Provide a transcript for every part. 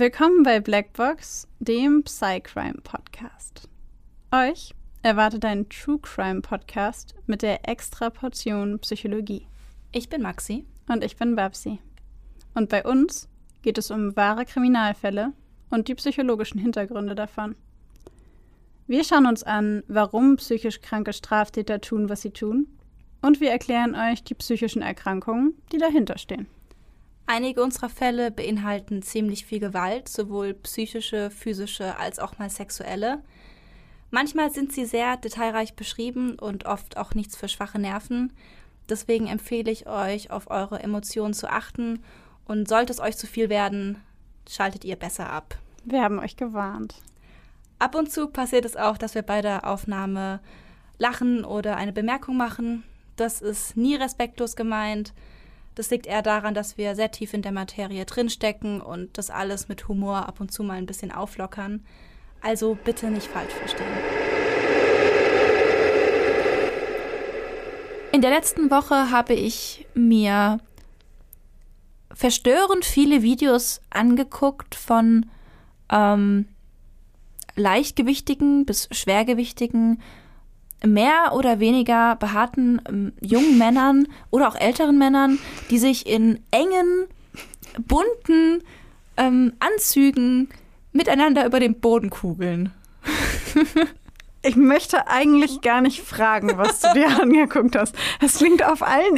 Willkommen bei Blackbox, dem Psycrime-Podcast. Euch erwartet ein True Crime-Podcast mit der extra Portion Psychologie. Ich bin Maxi. Und ich bin Babsi. Und bei uns geht es um wahre Kriminalfälle und die psychologischen Hintergründe davon. Wir schauen uns an, warum psychisch kranke Straftäter tun, was sie tun. Und wir erklären euch die psychischen Erkrankungen, die dahinter stehen. Einige unserer Fälle beinhalten ziemlich viel Gewalt, sowohl psychische, physische als auch mal sexuelle. Manchmal sind sie sehr detailreich beschrieben und oft auch nichts für schwache Nerven. Deswegen empfehle ich euch, auf eure Emotionen zu achten. Und sollte es euch zu viel werden, schaltet ihr besser ab. Wir haben euch gewarnt. Ab und zu passiert es auch, dass wir bei der Aufnahme lachen oder eine Bemerkung machen. Das ist nie respektlos gemeint. Das liegt eher daran, dass wir sehr tief in der Materie drinstecken und das alles mit Humor ab und zu mal ein bisschen auflockern. Also bitte nicht falsch verstehen. In der letzten Woche habe ich mir verstörend viele Videos angeguckt von leichtgewichtigen bis schwergewichtigen, mehr oder weniger behaarten jungen Männern oder auch älteren Männern, die sich in engen, bunten Anzügen miteinander über den Boden kugeln. Ich möchte eigentlich gar nicht fragen, was du dir angeguckt hast. Es klingt auf allen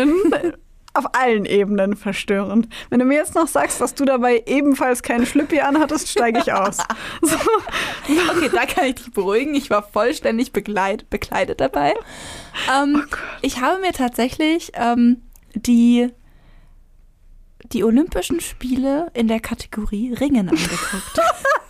Ebenen verstörend. Wenn du mir jetzt noch sagst, dass du dabei ebenfalls keinen Schlüppi anhattest, steige ich aus. So. Okay, da kann ich dich beruhigen. Ich war vollständig bekleidet dabei. Ich habe mir tatsächlich die Olympischen Spiele in der Kategorie Ringen angeguckt.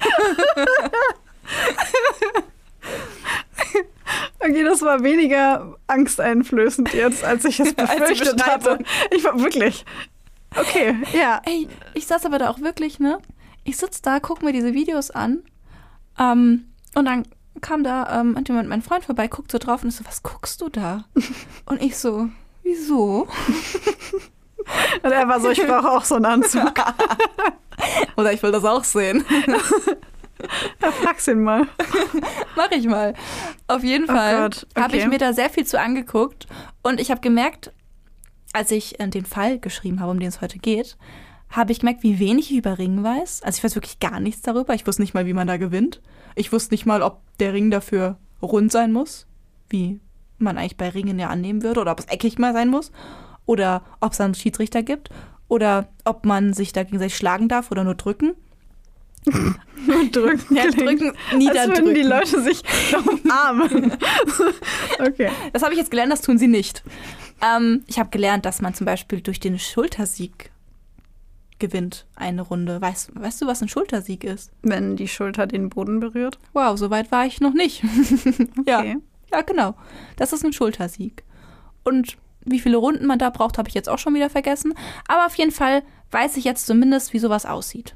Okay, das war weniger angsteinflößend jetzt, als ich es befürchtet hatte. Ich war wirklich. Okay, ja. Ey, ich saß aber da auch wirklich, ne? Ich sitze da, gucke mir diese Videos an. Und dann kam da jemand, mein Freund vorbei, guckt so drauf und ist so, was guckst du da? Und ich so, wieso? Und er war so, ich brauche auch so einen Anzug. Oder ich will das auch sehen. Ja, frag's ihn mal. Mach ich mal. Auf jeden Fall Okay. habe ich mir da sehr viel zu angeguckt. Und ich habe gemerkt, als ich den Fall geschrieben habe, um den es heute geht, habe ich gemerkt, wie wenig ich über Ringen weiß. Also ich weiß wirklich gar nichts darüber. Ich wusste nicht mal, wie man da gewinnt. Ich wusste nicht mal, ob der Ring dafür rund sein muss, wie man eigentlich bei Ringen ja annehmen würde. Oder ob es eckig mal sein muss. Oder ob es einen Schiedsrichter gibt. Oder ob man sich da gegenseitig schlagen darf oder nur drücken. Nur drücken. Ja, drücken, niederdrücken. Als würden die Leute sich umarmen. Okay. Das habe ich jetzt gelernt, das tun sie nicht. Ich habe gelernt, dass man zum Beispiel durch den Schultersieg gewinnt eine Runde. Weißt du, was ein Schultersieg ist? Wenn die Schulter den Boden berührt. Wow, so weit war ich noch nicht. Okay. Ja, genau. Das ist ein Schultersieg. Und wie viele Runden man da braucht, habe ich jetzt auch schon wieder vergessen. Aber auf jeden Fall weiß ich jetzt zumindest, wie sowas aussieht.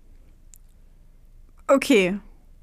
Okay,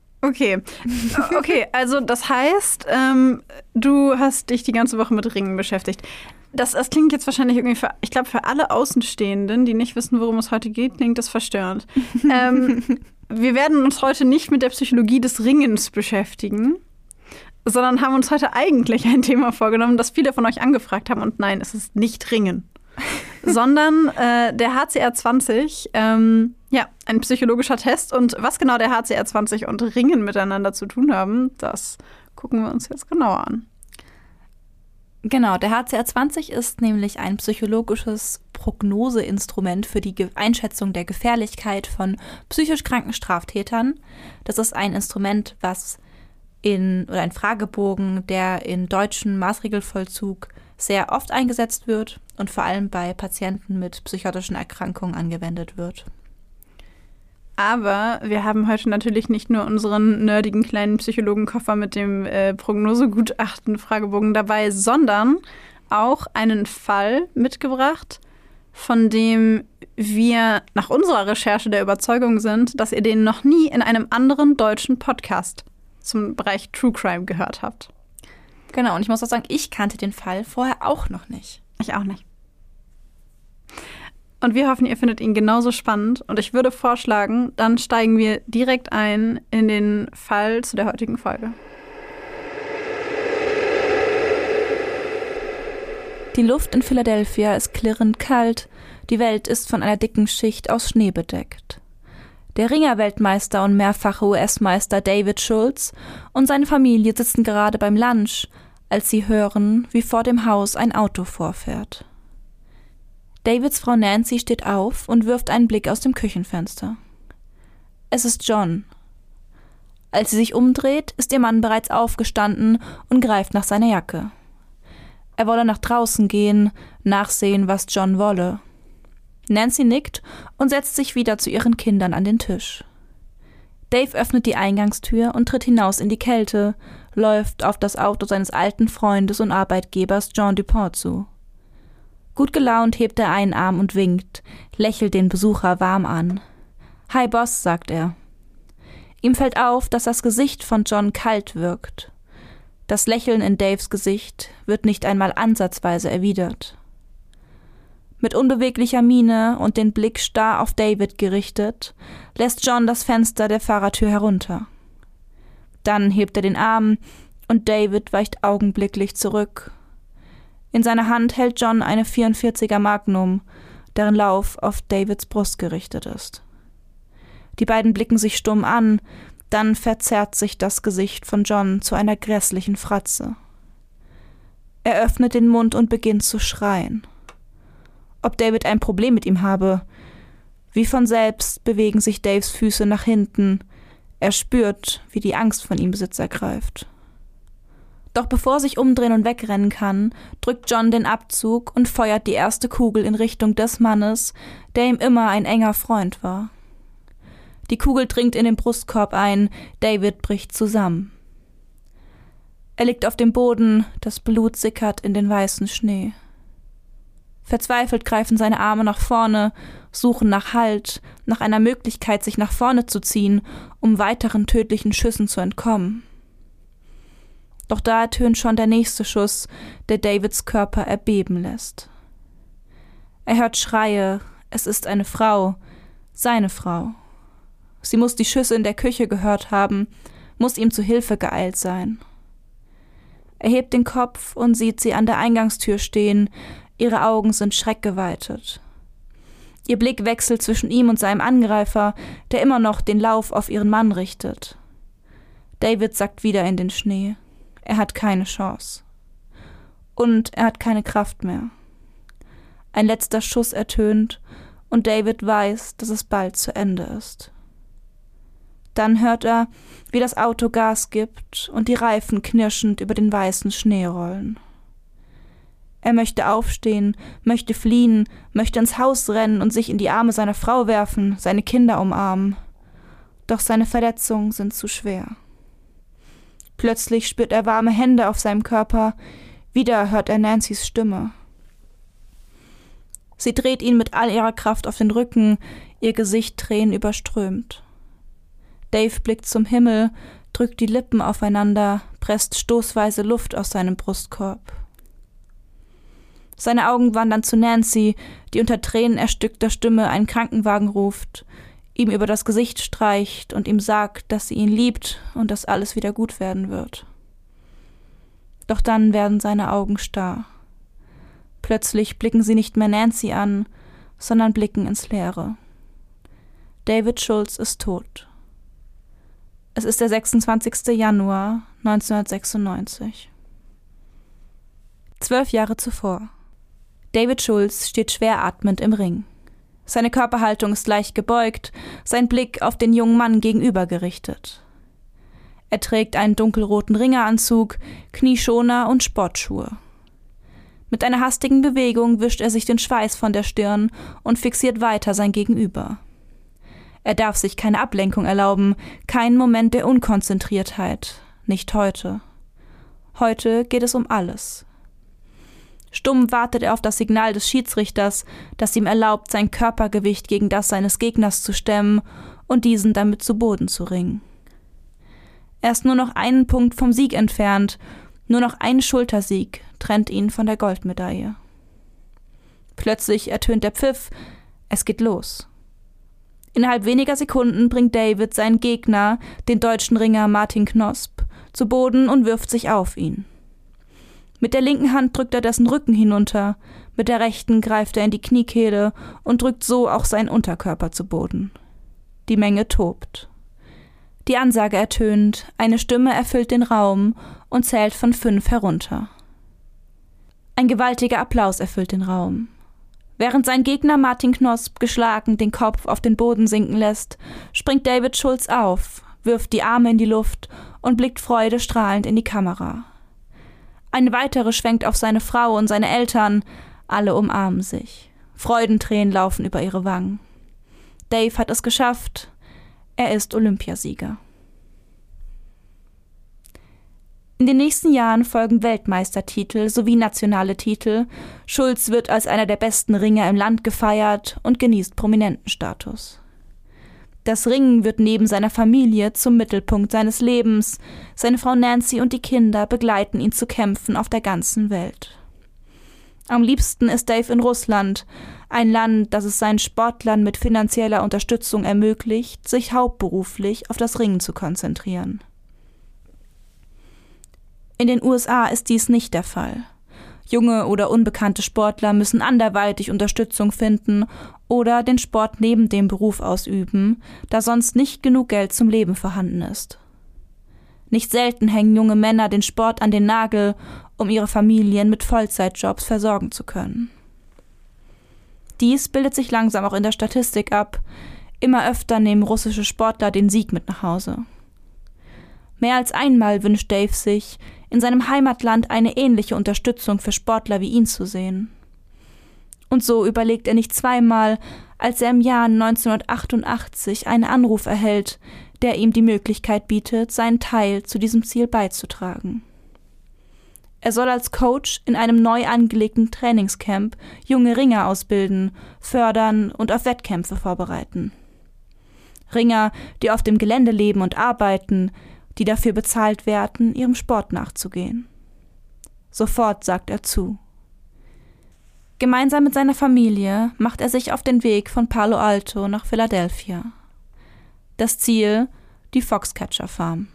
also das heißt, du hast dich die ganze Woche mit Ringen beschäftigt. Das klingt jetzt wahrscheinlich irgendwie für alle Außenstehenden, die nicht wissen, worum es heute geht, klingt das verstörend. Wir werden uns heute nicht mit der Psychologie des Ringens beschäftigen, sondern haben uns heute eigentlich ein Thema vorgenommen, das viele von euch angefragt haben. Und nein, es ist nicht Ringen, sondern der HCR20, ein psychologischer Test. Und was genau der HCR20 und Ringen miteinander zu tun haben, das gucken wir uns jetzt genauer an. Genau, der HCR20 ist nämlich ein psychologisches Prognoseinstrument für die Einschätzung der Gefährlichkeit von psychisch kranken Straftätern. Das ist ein Instrument, ein Fragebogen, der in deutschen Maßregelvollzug sehr oft eingesetzt wird und vor allem bei Patienten mit psychotischen Erkrankungen angewendet wird. Aber wir haben heute natürlich nicht nur unseren nerdigen kleinen Psychologenkoffer mit dem Prognosegutachten-Fragebogen dabei, sondern auch einen Fall mitgebracht, von dem wir nach unserer Recherche der Überzeugung sind, dass ihr den noch nie in einem anderen deutschen Podcast zum Bereich True Crime gehört habt. Genau, und ich muss auch sagen, ich kannte den Fall vorher auch noch nicht. Ich auch nicht. Und wir hoffen, ihr findet ihn genauso spannend. Und ich würde vorschlagen, dann steigen wir direkt ein in den Fall zu der heutigen Folge. Die Luft in Philadelphia ist klirrend kalt, die Welt ist von einer dicken Schicht aus Schnee bedeckt. Der Ringer-Weltmeister und mehrfache US-Meister David Schultz und seine Familie sitzen gerade beim Lunch, als sie hören, wie vor dem Haus ein Auto vorfährt. Davids Frau Nancy steht auf und wirft einen Blick aus dem Küchenfenster. Es ist John. Als sie sich umdreht, ist ihr Mann bereits aufgestanden und greift nach seiner Jacke. Er wolle nach draußen gehen, nachsehen, was John wolle. Nancy nickt und setzt sich wieder zu ihren Kindern an den Tisch. Dave öffnet die Eingangstür und tritt hinaus in die Kälte, läuft auf das Auto seines alten Freundes und Arbeitgebers John Dupont zu. Gut gelaunt hebt er einen Arm und winkt, lächelt den Besucher warm an. »Hi Boss«, sagt er. Ihm fällt auf, dass das Gesicht von John kalt wirkt. Das Lächeln in Daves Gesicht wird nicht einmal ansatzweise erwidert. Mit unbeweglicher Miene und den Blick starr auf David gerichtet, lässt John das Fenster der Fahrertür herunter. Dann hebt er den Arm und David weicht augenblicklich zurück. In seiner Hand hält John eine 44er Magnum, deren Lauf auf Davids Brust gerichtet ist. Die beiden blicken sich stumm an, dann verzerrt sich das Gesicht von John zu einer grässlichen Fratze. Er öffnet den Mund und beginnt zu schreien. Ob David ein Problem mit ihm habe. Wie von selbst bewegen sich Daves Füße nach hinten. Er spürt, wie die Angst von ihm Besitz ergreift. Doch bevor er sich umdrehen und wegrennen kann, drückt John den Abzug und feuert die erste Kugel in Richtung des Mannes, der ihm immer ein enger Freund war. Die Kugel dringt in den Brustkorb ein, David bricht zusammen. Er liegt auf dem Boden, das Blut sickert in den weißen Schnee. Verzweifelt greifen seine Arme nach vorne, suchen nach Halt, nach einer Möglichkeit, sich nach vorne zu ziehen, um weiteren tödlichen Schüssen zu entkommen. Doch da ertönt schon der nächste Schuss, der Davids Körper erbeben lässt. Er hört Schreie, es ist eine Frau, seine Frau. Sie muss die Schüsse in der Küche gehört haben, muss ihm zu Hilfe geeilt sein. Er hebt den Kopf und sieht sie an der Eingangstür stehen, ihre Augen sind schreckgeweitet. Ihr Blick wechselt zwischen ihm und seinem Angreifer, der immer noch den Lauf auf ihren Mann richtet. David sackt wieder in den Schnee. Er hat keine Chance. Und er hat keine Kraft mehr. Ein letzter Schuss ertönt und David weiß, dass es bald zu Ende ist. Dann hört er, wie das Auto Gas gibt und die Reifen knirschend über den weißen Schnee rollen. Er möchte aufstehen, möchte fliehen, möchte ins Haus rennen und sich in die Arme seiner Frau werfen, seine Kinder umarmen. Doch seine Verletzungen sind zu schwer. Plötzlich spürt er warme Hände auf seinem Körper, wieder hört er Nancy's Stimme. Sie dreht ihn mit all ihrer Kraft auf den Rücken, ihr Gesicht tränenüberströmt. Dave blickt zum Himmel, drückt die Lippen aufeinander, presst stoßweise Luft aus seinem Brustkorb. Seine Augen wandern zu Nancy, die unter tränenerstickter Stimme einen Krankenwagen ruft, ihm über das Gesicht streicht und ihm sagt, dass sie ihn liebt und dass alles wieder gut werden wird. Doch dann werden seine Augen starr. Plötzlich blicken sie nicht mehr Nancy an, sondern blicken ins Leere. David Schultz ist tot. Es ist der 26. Januar 1996. 12 Jahre zuvor. David Schultz steht schwer atmend im Ring. Seine Körperhaltung ist leicht gebeugt, sein Blick auf den jungen Mann gegenüber gerichtet. Er trägt einen dunkelroten Ringeranzug, Knieschoner und Sportschuhe. Mit einer hastigen Bewegung wischt er sich den Schweiß von der Stirn und fixiert weiter sein Gegenüber. Er darf sich keine Ablenkung erlauben, keinen Moment der Unkonzentriertheit. Nicht heute. Heute geht es um alles. Stumm wartet er auf das Signal des Schiedsrichters, das ihm erlaubt, sein Körpergewicht gegen das seines Gegners zu stemmen und diesen damit zu Boden zu ringen. Er ist nur noch einen Punkt vom Sieg entfernt, nur noch ein Schultersieg trennt ihn von der Goldmedaille. Plötzlich ertönt der Pfiff, Es geht los. Innerhalb weniger Sekunden bringt David seinen Gegner, den deutschen Ringer Martin Knosp, zu Boden und wirft sich auf ihn. Mit der linken Hand drückt er dessen Rücken hinunter, mit der rechten greift er in die Kniekehle und drückt so auch seinen Unterkörper zu Boden. Die Menge tobt. Die Ansage ertönt, eine Stimme erfüllt den Raum und zählt von 5 herunter. Ein gewaltiger Applaus erfüllt den Raum. Während sein Gegner Martin Knosp geschlagen den Kopf auf den Boden sinken lässt, springt David Schulz auf, wirft die Arme in die Luft und blickt freudestrahlend in die Kamera. Eine weitere schwenkt auf seine Frau und seine Eltern, alle umarmen sich. Freudentränen laufen über ihre Wangen. Dave hat es geschafft, er ist Olympiasieger. In den nächsten Jahren folgen Weltmeistertitel sowie nationale Titel. Schulz wird als einer der besten Ringer im Land gefeiert und genießt Prominentenstatus. Das Ringen wird neben seiner Familie zum Mittelpunkt seines Lebens. Seine Frau Nancy und die Kinder begleiten ihn zu Kämpfen auf der ganzen Welt. Am liebsten ist Dave in Russland, ein Land, das es seinen Sportlern mit finanzieller Unterstützung ermöglicht, sich hauptberuflich auf das Ringen zu konzentrieren. In den USA ist dies nicht der Fall. Junge oder unbekannte Sportler müssen anderweitig Unterstützung finden oder den Sport neben dem Beruf ausüben, da sonst nicht genug Geld zum Leben vorhanden ist. Nicht selten hängen junge Männer den Sport an den Nagel, um ihre Familien mit Vollzeitjobs versorgen zu können. Dies bildet sich langsam auch in der Statistik ab. Immer öfter nehmen russische Sportler den Sieg mit nach Hause. Mehr als einmal wünscht Dave sich, in seinem Heimatland eine ähnliche Unterstützung für Sportler wie ihn zu sehen. Und so überlegt er nicht zweimal, als er im Jahr 1988 einen Anruf erhält, der ihm die Möglichkeit bietet, seinen Teil zu diesem Ziel beizutragen. Er soll als Coach in einem neu angelegten Trainingscamp junge Ringer ausbilden, fördern und auf Wettkämpfe vorbereiten. Ringer, die auf dem Gelände leben und arbeiten, die dafür bezahlt werden, ihrem Sport nachzugehen. Sofort sagt er zu. Gemeinsam mit seiner Familie macht er sich auf den Weg von Palo Alto nach Philadelphia. Das Ziel, die Foxcatcher Farm.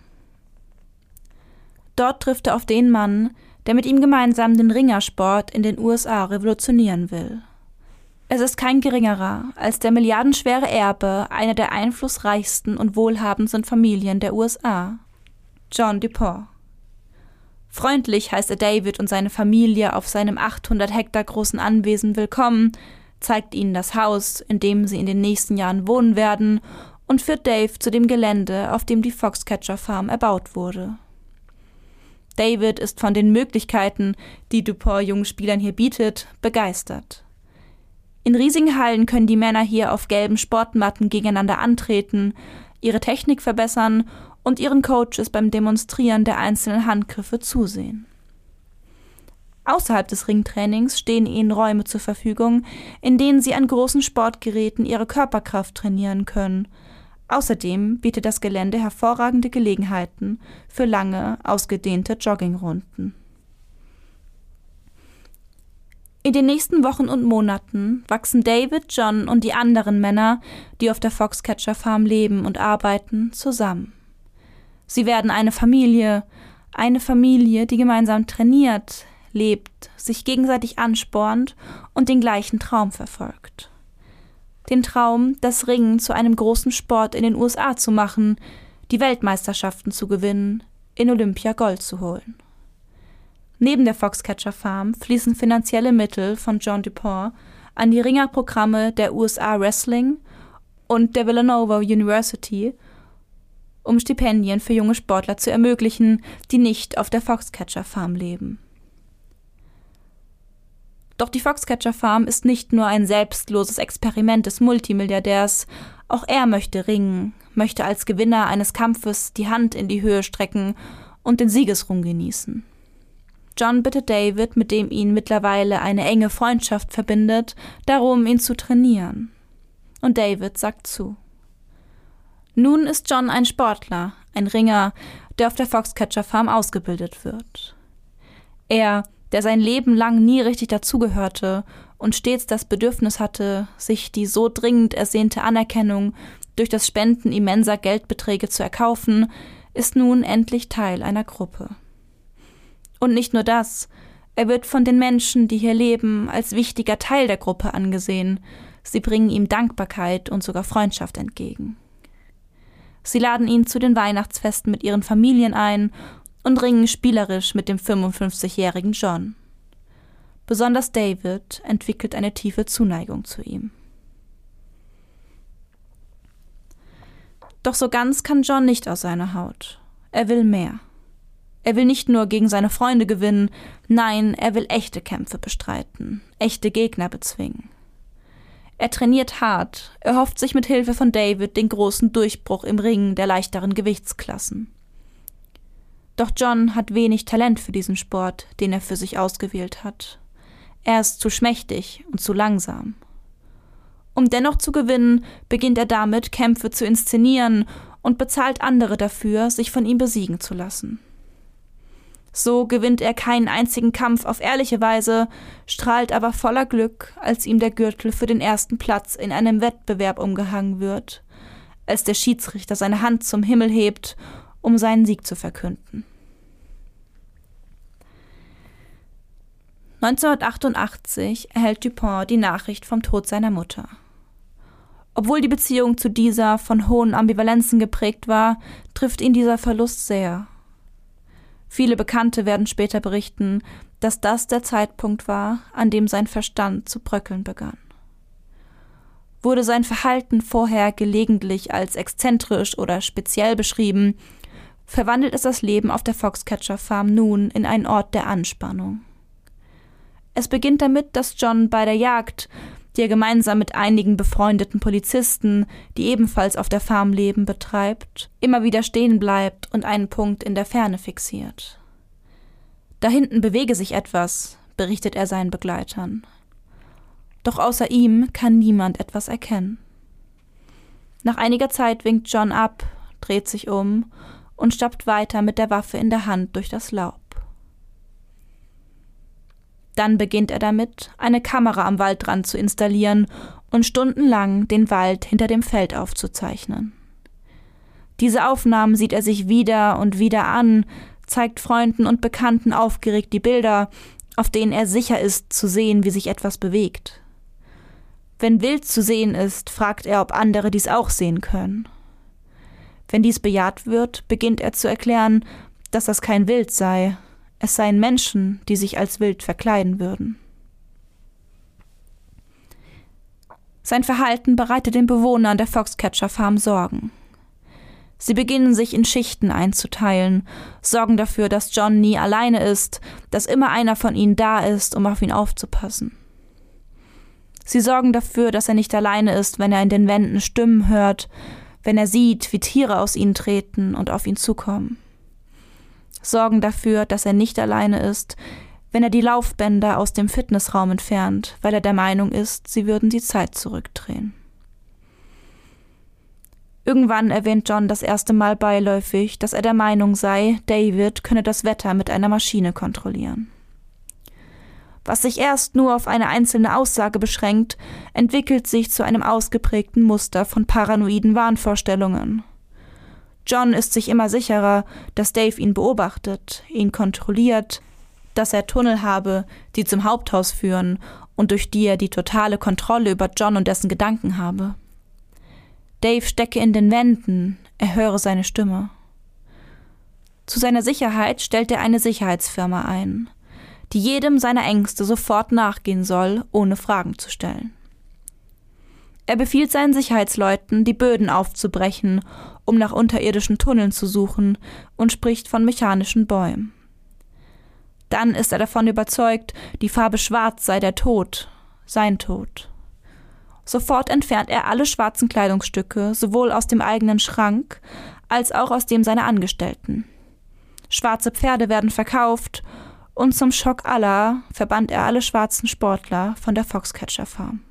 Dort trifft er auf den Mann, der mit ihm gemeinsam den Ringersport in den USA revolutionieren will. Es ist kein geringerer als der milliardenschwere Erbe einer der einflussreichsten und wohlhabendsten Familien der USA, John DuPont. Freundlich heißt er David und seine Familie auf seinem 800 Hektar großen Anwesen willkommen, zeigt ihnen das Haus, in dem sie in den nächsten Jahren wohnen werden, und führt Dave zu dem Gelände, auf dem die Foxcatcher Farm erbaut wurde. David ist von den Möglichkeiten, die DuPont jungen Spielern hier bietet, begeistert. In riesigen Hallen können die Männer hier auf gelben Sportmatten gegeneinander antreten, ihre Technik verbessern und ihren Coaches beim Demonstrieren der einzelnen Handgriffe zusehen. Außerhalb des Ringtrainings stehen ihnen Räume zur Verfügung, in denen sie an großen Sportgeräten ihre Körperkraft trainieren können. Außerdem bietet das Gelände hervorragende Gelegenheiten für lange, ausgedehnte Joggingrunden. In den nächsten Wochen und Monaten wachsen David, John und die anderen Männer, die auf der Foxcatcher Farm leben und arbeiten, zusammen. Sie werden eine Familie, die gemeinsam trainiert, lebt, sich gegenseitig anspornt und den gleichen Traum verfolgt. Den Traum, das Ringen zu einem großen Sport in den USA zu machen, die Weltmeisterschaften zu gewinnen, in Olympia Gold zu holen. Neben der Foxcatcher Farm fließen finanzielle Mittel von John DuPont an die Ringerprogramme der USA Wrestling und der Villanova University, um Stipendien für junge Sportler zu ermöglichen, die nicht auf der Foxcatcher Farm leben. Doch die Foxcatcher Farm ist nicht nur ein selbstloses Experiment des Multimilliardärs, auch er möchte ringen, möchte als Gewinner eines Kampfes die Hand in die Höhe strecken und den Siegesruhm genießen. John bittet David, mit dem ihn mittlerweile eine enge Freundschaft verbindet, darum, ihn zu trainieren. Und David sagt zu. Nun ist John ein Sportler, ein Ringer, der auf der Foxcatcher Farm ausgebildet wird. Er, der sein Leben lang nie richtig dazugehörte und stets das Bedürfnis hatte, sich die so dringend ersehnte Anerkennung durch das Spenden immenser Geldbeträge zu erkaufen, ist nun endlich Teil einer Gruppe. Und nicht nur das, er wird von den Menschen, die hier leben, als wichtiger Teil der Gruppe angesehen. Sie bringen ihm Dankbarkeit und sogar Freundschaft entgegen. Sie laden ihn zu den Weihnachtsfesten mit ihren Familien ein und ringen spielerisch mit dem 55-jährigen John. Besonders David entwickelt eine tiefe Zuneigung zu ihm. Doch so ganz kann John nicht aus seiner Haut. Er will mehr. Er will nicht nur gegen seine Freunde gewinnen, nein, er will echte Kämpfe bestreiten, echte Gegner bezwingen. Er trainiert hart, er hofft sich mit Hilfe von David den großen Durchbruch im Ringen der leichteren Gewichtsklassen. Doch John hat wenig Talent für diesen Sport, den er für sich ausgewählt hat. Er ist zu schmächtig und zu langsam. Um dennoch zu gewinnen, beginnt er damit, Kämpfe zu inszenieren und bezahlt andere dafür, sich von ihm besiegen zu lassen. So gewinnt er keinen einzigen Kampf auf ehrliche Weise, strahlt aber voller Glück, als ihm der Gürtel für den ersten Platz in einem Wettbewerb umgehangen wird, als der Schiedsrichter seine Hand zum Himmel hebt, um seinen Sieg zu verkünden. 1988 erhält Dupont die Nachricht vom Tod seiner Mutter. Obwohl die Beziehung zu dieser von hohen Ambivalenzen geprägt war, trifft ihn dieser Verlust sehr. Viele Bekannte werden später berichten, dass das der Zeitpunkt war, an dem sein Verstand zu bröckeln begann. Wurde sein Verhalten vorher gelegentlich als exzentrisch oder speziell beschrieben, verwandelt es das Leben auf der Foxcatcher Farm nun in einen Ort der Anspannung. Es beginnt damit, dass John bei der Jagd, die er gemeinsam mit einigen befreundeten Polizisten, die ebenfalls auf der Farm leben, betreibt, immer wieder stehen bleibt und einen Punkt in der Ferne fixiert. Da hinten bewege sich etwas, berichtet er seinen Begleitern. Doch außer ihm kann niemand etwas erkennen. Nach einiger Zeit winkt John ab, dreht sich um und stapft weiter mit der Waffe in der Hand durch das Laub. Dann beginnt er damit, eine Kamera am Waldrand zu installieren und stundenlang den Wald hinter dem Feld aufzuzeichnen. Diese Aufnahmen sieht er sich wieder und wieder an, zeigt Freunden und Bekannten aufgeregt die Bilder, auf denen er sicher ist, zu sehen, wie sich etwas bewegt. Wenn Wild zu sehen ist, fragt er, ob andere dies auch sehen können. Wenn dies bejaht wird, beginnt er zu erklären, dass das kein Wild sei. Es seien Menschen, die sich als Wild verkleiden würden. Sein Verhalten bereitet den Bewohnern der Foxcatcher Farm Sorgen. Sie beginnen sich in Schichten einzuteilen, sorgen dafür, dass John nie alleine ist, dass immer einer von ihnen da ist, um auf ihn aufzupassen. Sie sorgen dafür, dass er nicht alleine ist, wenn er in den Wänden Stimmen hört, wenn er sieht, wie Tiere aus ihnen treten und auf ihn zukommen. Sorgen dafür, dass er nicht alleine ist, wenn er die Laufbänder aus dem Fitnessraum entfernt, weil er der Meinung ist, sie würden die Zeit zurückdrehen. Irgendwann erwähnt John das erste Mal beiläufig, dass er der Meinung sei, David könne das Wetter mit einer Maschine kontrollieren. Was sich erst nur auf eine einzelne Aussage beschränkt, entwickelt sich zu einem ausgeprägten Muster von paranoiden Wahnvorstellungen. John ist sich immer sicherer, dass Dave ihn beobachtet, ihn kontrolliert, dass er Tunnel habe, die zum Haupthaus führen und durch die er die totale Kontrolle über John und dessen Gedanken habe. Dave stecke in den Wänden, er höre seine Stimme. Zu seiner Sicherheit stellt er eine Sicherheitsfirma ein, die jedem seiner Ängste sofort nachgehen soll, ohne Fragen zu stellen. Er befiehlt seinen Sicherheitsleuten, die Böden aufzubrechen, um nach unterirdischen Tunneln zu suchen, und spricht von mechanischen Bäumen. Dann ist er davon überzeugt, die Farbe Schwarz sei der Tod, sein Tod. Sofort entfernt er alle schwarzen Kleidungsstücke, sowohl aus dem eigenen Schrank als auch aus dem seiner Angestellten. Schwarze Pferde werden verkauft und zum Schock aller verbannt er alle schwarzen Sportler von der Foxcatcher Farm.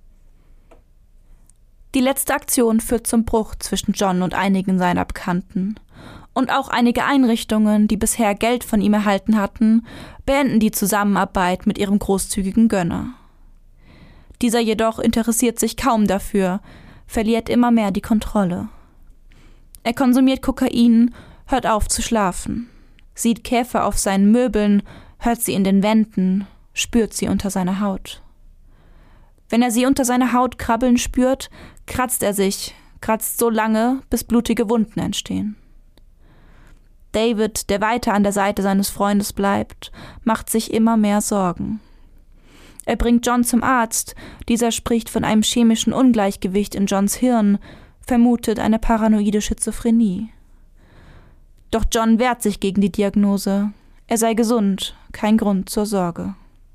Die letzte Aktion führt zum Bruch zwischen John und einigen seiner Bekannten. Und auch einige Einrichtungen, die bisher Geld von ihm erhalten hatten, beenden die Zusammenarbeit mit ihrem großzügigen Gönner. Dieser jedoch interessiert sich kaum dafür, verliert immer mehr die Kontrolle. Er konsumiert Kokain, hört auf zu schlafen, sieht Käfer auf seinen Möbeln, hört sie in den Wänden, spürt sie unter seiner Haut. Wenn er sie unter seiner Haut krabbeln spürt, kratzt er sich, kratzt so lange, bis blutige Wunden entstehen. David, der weiter an der Seite seines Freundes bleibt, macht sich immer mehr Sorgen. Er bringt John zum Arzt, dieser spricht von einem chemischen Ungleichgewicht in Johns Hirn, vermutet eine paranoide Schizophrenie. Doch John wehrt sich gegen die Diagnose. Er sei gesund, kein Grund zur Sorge.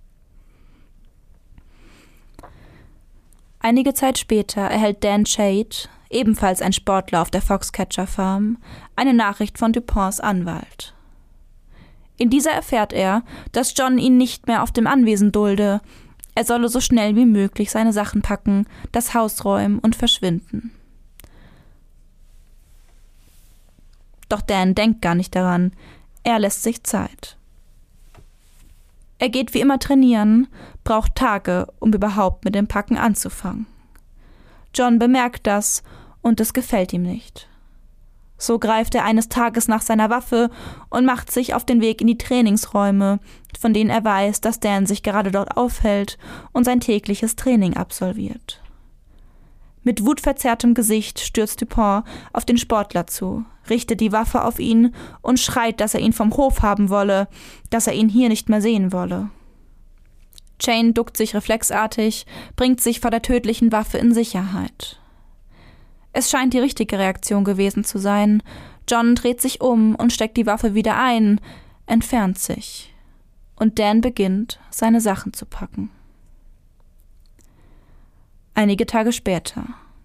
Einige Zeit später erhält Dan Shade, ebenfalls ein Sportler auf der Foxcatcher Farm, eine Nachricht von Duponts Anwalt. In dieser erfährt er, dass John ihn nicht mehr auf dem Anwesen dulde. Er solle so schnell wie möglich seine Sachen packen, das Haus räumen und verschwinden. Doch Dan denkt gar nicht daran. Er lässt sich Zeit. Er geht wie immer trainieren, braucht Tage, um überhaupt mit dem Packen anzufangen. John bemerkt das und es gefällt ihm nicht. So greift er eines Tages nach seiner Waffe und macht sich auf den Weg in die Trainingsräume, von denen er weiß, dass Dan sich gerade dort aufhält und sein tägliches Training absolviert. Mit wutverzerrtem Gesicht stürzt Dupont auf den Sportler zu, richtet die Waffe auf ihn und schreit, dass er ihn vom Hof haben wolle, dass er ihn hier nicht mehr sehen wolle. Jane duckt sich reflexartig, bringt sich vor der tödlichen Waffe in Sicherheit. Es scheint die richtige Reaktion gewesen zu sein. John dreht sich um und steckt die Waffe wieder ein, entfernt sich. Und Dan beginnt, seine Sachen zu packen. Einige Tage später.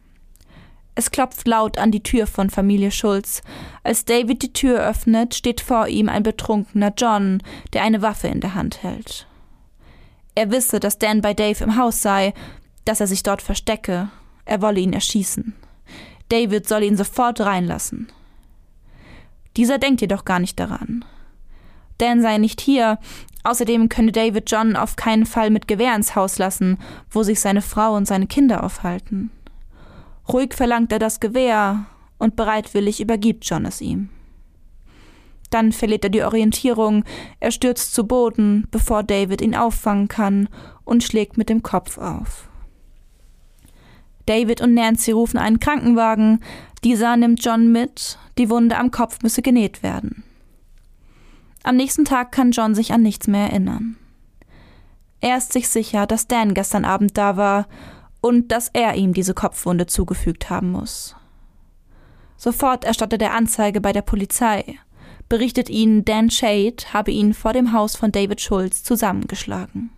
Es klopft laut an die Tür von Familie Schulz. Als David die Tür öffnet, steht vor ihm ein betrunkener John, der eine Waffe in der Hand hält. Er wisse, dass Dan bei Dave im Haus sei, dass er sich dort verstecke. Er wolle ihn erschießen. David solle ihn sofort reinlassen. Dieser denkt jedoch gar nicht daran. Dan sei nicht hier. Außerdem könne David John auf keinen Fall mit Gewehr ins Haus lassen, wo sich seine Frau und seine Kinder aufhalten. Ruhig verlangt er das Gewehr und bereitwillig übergibt John es ihm. Dann verliert er die Orientierung, er stürzt zu Boden, bevor David ihn auffangen kann und schlägt mit dem Kopf auf. David und Nancy rufen einen Krankenwagen, dieser nimmt John mit, die Wunde am Kopf müsse genäht werden. Am nächsten Tag kann John sich an nichts mehr erinnern. Er ist sich sicher, dass Dan gestern Abend da war und dass er ihm diese Kopfwunde zugefügt haben muss. Sofort erstattet er Anzeige bei der Polizei, berichtet ihnen, Dan Shade habe ihn vor dem Haus von David Schulz zusammengeschlagen.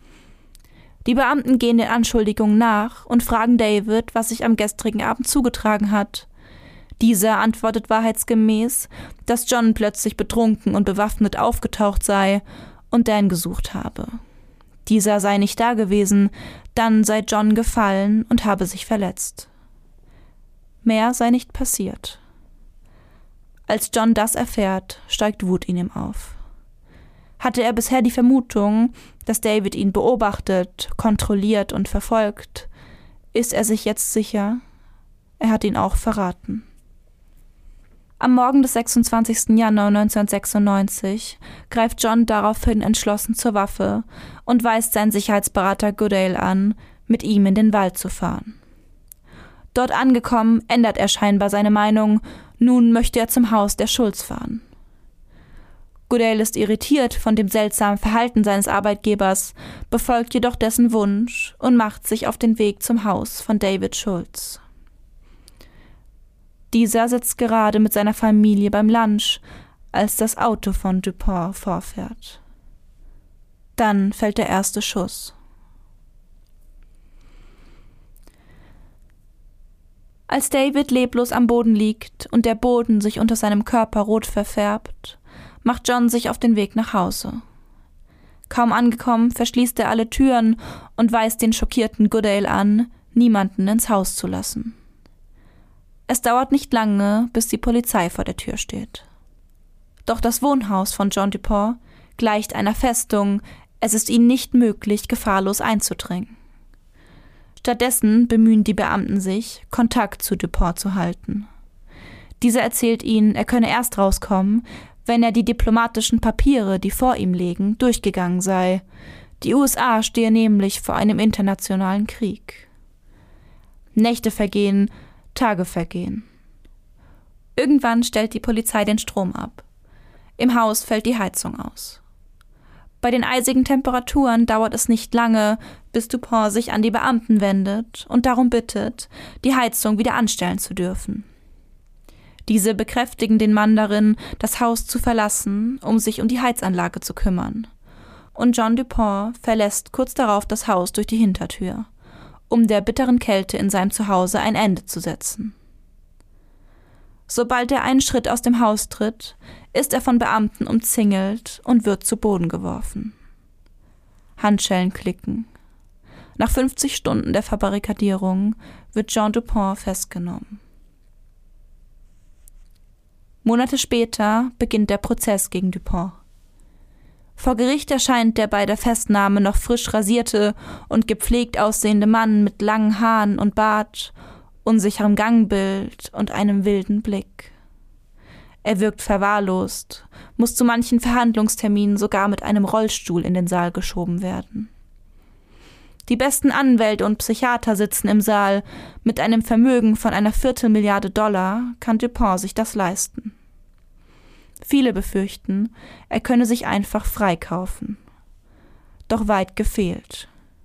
Die Beamten gehen den Anschuldigungen nach und fragen David, was sich am gestrigen Abend zugetragen hat. Dieser antwortet wahrheitsgemäß, dass John plötzlich betrunken und bewaffnet aufgetaucht sei und Dan gesucht habe. Dieser sei nicht da gewesen, dann sei John gefallen und habe sich verletzt. Mehr sei nicht passiert. Als John das erfährt, steigt Wut in ihm auf. Hatte er bisher die Vermutung, dass David ihn beobachtet, kontrolliert und verfolgt, ist er sich jetzt sicher, er hat ihn auch verraten. Am Morgen des 26. Januar 1996 greift John daraufhin entschlossen zur Waffe und weist seinen Sicherheitsberater Goodale an, mit ihm in den Wald zu fahren. Dort angekommen, ändert er scheinbar seine Meinung, nun möchte er zum Haus der Schulz fahren. Goodale ist irritiert von dem seltsamen Verhalten seines Arbeitgebers, befolgt jedoch dessen Wunsch und macht sich auf den Weg zum Haus von David Schulz. Dieser sitzt gerade mit seiner Familie beim Lunch, als das Auto von Dupont vorfährt. Dann fällt der erste Schuss. Als David leblos am Boden liegt und der Boden sich unter seinem Körper rot verfärbt, macht John sich auf den Weg nach Hause. Kaum angekommen, verschließt er alle Türen und weist den schockierten Goodale an, niemanden ins Haus zu lassen. Es dauert nicht lange, bis die Polizei vor der Tür steht. Doch das Wohnhaus von John Dupont gleicht einer Festung, es ist ihnen nicht möglich, gefahrlos einzudringen. Stattdessen bemühen die Beamten sich, Kontakt zu Dupont zu halten. Dieser erzählt ihnen, er könne erst rauskommen, wenn er die diplomatischen Papiere, die vor ihm liegen, durchgegangen sei. Die USA stehe nämlich vor einem internationalen Krieg. Nächte vergehen, Tage vergehen. Irgendwann stellt die Polizei den Strom ab. Im Haus fällt die Heizung aus. Bei den eisigen Temperaturen dauert es nicht lange, bis Dupont sich an die Beamten wendet und darum bittet, die Heizung wieder anstellen zu dürfen. Diese bekräftigen den Mann darin, das Haus zu verlassen, um sich um die Heizanlage zu kümmern. Und John Dupont verlässt kurz darauf das Haus durch die Hintertür, um der bitteren Kälte in seinem Zuhause ein Ende zu setzen. Sobald er einen Schritt aus dem Haus tritt, ist er von Beamten umzingelt und wird zu Boden geworfen. Handschellen klicken. Nach 50 Stunden der Verbarrikadierung wird Jean Dupont festgenommen. Monate später beginnt der Prozess gegen Dupont. Vor Gericht erscheint der bei der Festnahme noch frisch rasierte und gepflegt aussehende Mann mit langen Haaren und Bart, unsicherem Gangbild und einem wilden Blick. Er wirkt verwahrlost, muss zu manchen Verhandlungsterminen sogar mit einem Rollstuhl in den Saal geschoben werden. Die besten Anwälte und Psychiater sitzen im Saal. Mit einem Vermögen von einer $250 kann Dupont sich das leisten. Viele befürchten, er könne sich einfach freikaufen. Doch weit gefehlt.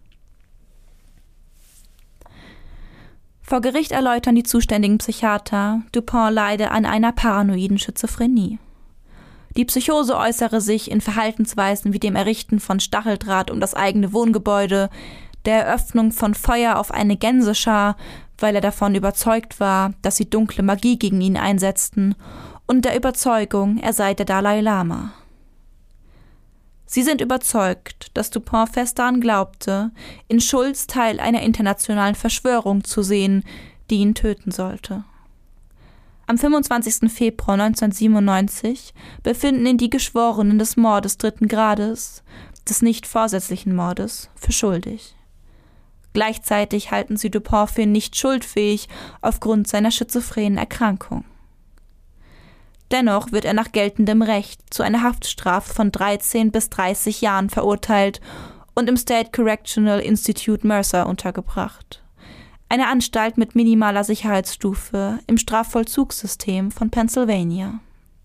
Vor Gericht erläutern die zuständigen Psychiater, Dupont leide an einer paranoiden Schizophrenie. Die Psychose äußere sich in Verhaltensweisen wie dem Errichten von Stacheldraht um das eigene Wohngebäude, der Eröffnung von Feuer auf eine Gänseschar, weil er davon überzeugt war, dass sie dunkle Magie gegen ihn einsetzten, und der Überzeugung, er sei der Dalai Lama. Sie sind überzeugt, dass Dupont fest daran glaubte, in Schulz Teil einer internationalen Verschwörung zu sehen, die ihn töten sollte. Am 25. Februar 1997 befinden ihn die Geschworenen des Mordes 3. Grades, des nicht vorsätzlichen Mordes, für schuldig. Gleichzeitig halten sie Dupont für nicht schuldfähig aufgrund seiner schizophrenen Erkrankung. Dennoch wird er nach geltendem Recht zu einer Haftstrafe von 13 bis 30 Jahren verurteilt und im State Correctional Institute Mercer untergebracht. Eine Anstalt mit minimaler Sicherheitsstufe im Strafvollzugssystem von Pennsylvania.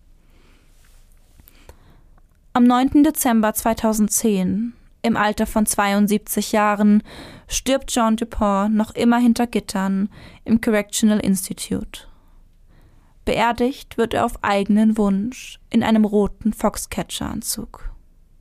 Am 9. Dezember 2010, im Alter von 72 Jahren, stirbt Jean Dupont noch immer hinter Gittern im Correctional Institute. Beerdigt wird er auf eigenen Wunsch in einem roten Foxcatcher-Anzug.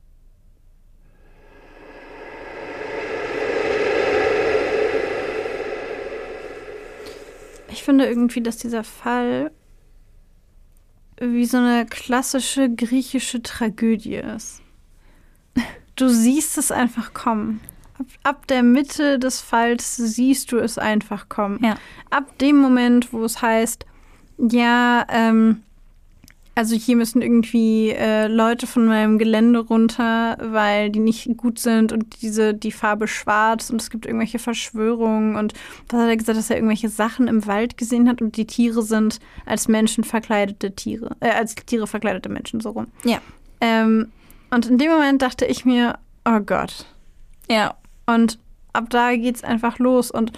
Ich finde irgendwie, dass dieser Fall wie so eine klassische griechische Tragödie ist. Du siehst es einfach kommen. Ab der Mitte des Falls siehst du es einfach kommen. Ja. Ab dem Moment, wo es heißt, ja, also hier müssen irgendwie Leute von meinem Gelände runter, weil die nicht gut sind und die Farbe schwarz und es gibt irgendwelche Verschwörungen und was hat er gesagt, dass er irgendwelche Sachen im Wald gesehen hat und die Tiere sind als Menschen verkleidete Tiere, als Tiere verkleidete Menschen, so rum. Ja. Und in dem Moment dachte ich mir, oh Gott. Ja. Und ab da geht's einfach los und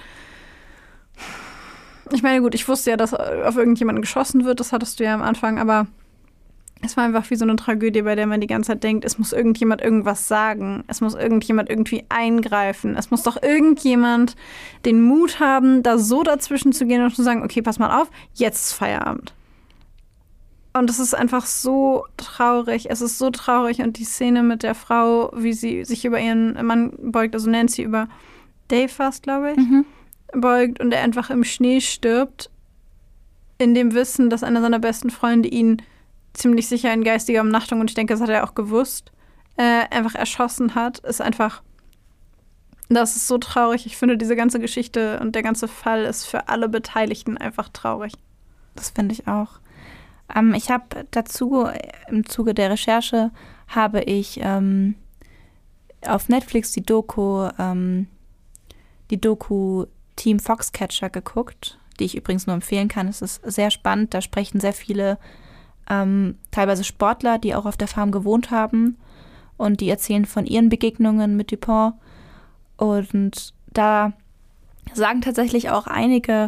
ich meine, gut, ich wusste ja, dass auf irgendjemanden geschossen wird, das hattest du ja am Anfang, aber es war einfach wie so eine Tragödie, bei der man die ganze Zeit denkt, es muss irgendjemand irgendwas sagen, es muss irgendjemand irgendwie eingreifen, es muss doch irgendjemand den Mut haben, da so dazwischen zu gehen und zu sagen, okay, pass mal auf, jetzt ist Feierabend. Und es ist einfach so traurig, es ist so traurig und die Szene mit der Frau, wie sie sich über ihren Mann beugt, also Nancy über Dave fast, glaube ich, beugt und er einfach im Schnee stirbt, in dem Wissen, dass einer seiner besten Freunde ihn ziemlich sicher in geistiger Umnachtung, und ich denke, das hat er auch gewusst, einfach erschossen hat, ist einfach, das ist so traurig. Ich finde, diese ganze Geschichte und der ganze Fall ist für alle Beteiligten einfach traurig. Das finde ich auch. Ich habe dazu, im Zuge der Recherche, habe ich auf Netflix die Doku die Doku Team Foxcatcher geguckt, die ich übrigens nur empfehlen kann. Es ist sehr spannend. Da sprechen sehr viele teilweise Sportler, die auch auf der Farm gewohnt haben. Und die erzählen von ihren Begegnungen mit Dupont. Und da sagen tatsächlich auch einige,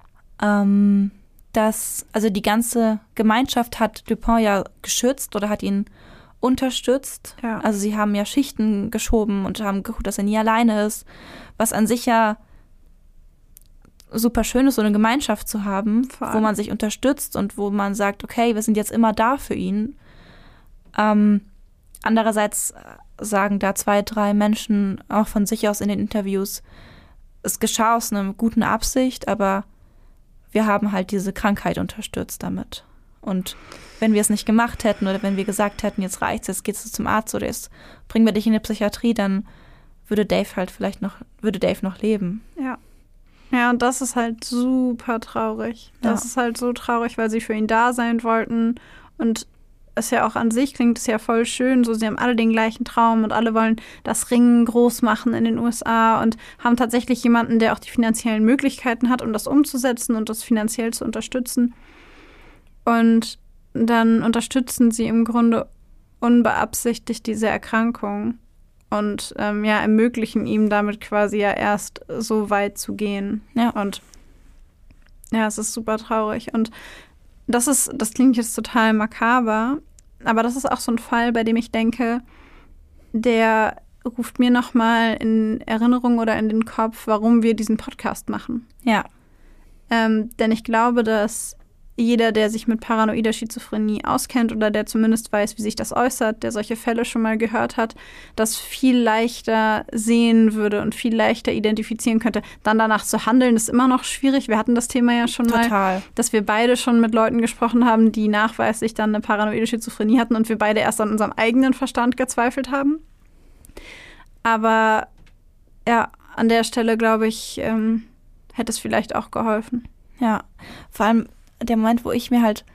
dass, also die ganze Gemeinschaft hat Dupont ja geschützt oder hat ihn unterstützt. Ja. Also sie haben ja Schichten geschoben und haben geguckt, dass er nie alleine ist. Was an sich ja super schön ist, so eine Gemeinschaft zu haben, wo man sich unterstützt und wo man sagt, okay, wir sind jetzt immer da für ihn. Andererseits sagen da 2, 3 Menschen auch von sich aus in den Interviews, es geschah aus einer guten Absicht, aber wir haben halt diese Krankheit unterstützt damit. Und wenn wir es nicht gemacht hätten oder wenn wir gesagt hätten, jetzt reicht's, jetzt gehst du zum Arzt oder jetzt bringen wir dich in die Psychiatrie, dann würde Dave noch leben. Ja. Ja, und das ist halt super traurig. Das ist halt so traurig, weil sie für ihn da sein wollten. Und es ja auch an sich klingt es ja voll schön. So, sie haben alle den gleichen Traum und alle wollen das Ringen groß machen in den USA und haben tatsächlich jemanden, der auch die finanziellen Möglichkeiten hat, um das umzusetzen und das finanziell zu unterstützen. Und dann unterstützen sie im Grunde unbeabsichtigt diese Erkrankung. Und ermöglichen ihm damit quasi ja erst so weit zu gehen. Ja. Und ja, es ist super traurig. Und das klingt jetzt total makaber, aber das ist auch so ein Fall, bei dem ich denke, der ruft mir nochmal in Erinnerung oder in den Kopf, warum wir diesen Podcast machen. Ja. Denn ich glaube, dass jeder, der sich mit paranoider Schizophrenie auskennt oder der zumindest weiß, wie sich das äußert, der solche Fälle schon mal gehört hat, das viel leichter sehen würde und viel leichter identifizieren könnte. Dann danach zu handeln, ist immer noch schwierig. Wir hatten das Thema ja schon mal, dass wir beide schon mit Leuten gesprochen haben, die nachweislich dann eine paranoide Schizophrenie hatten und wir beide erst an unserem eigenen Verstand gezweifelt haben. Aber ja, an der Stelle, glaube ich, hätte es vielleicht auch geholfen. Ja, vor allem der Moment, wo ich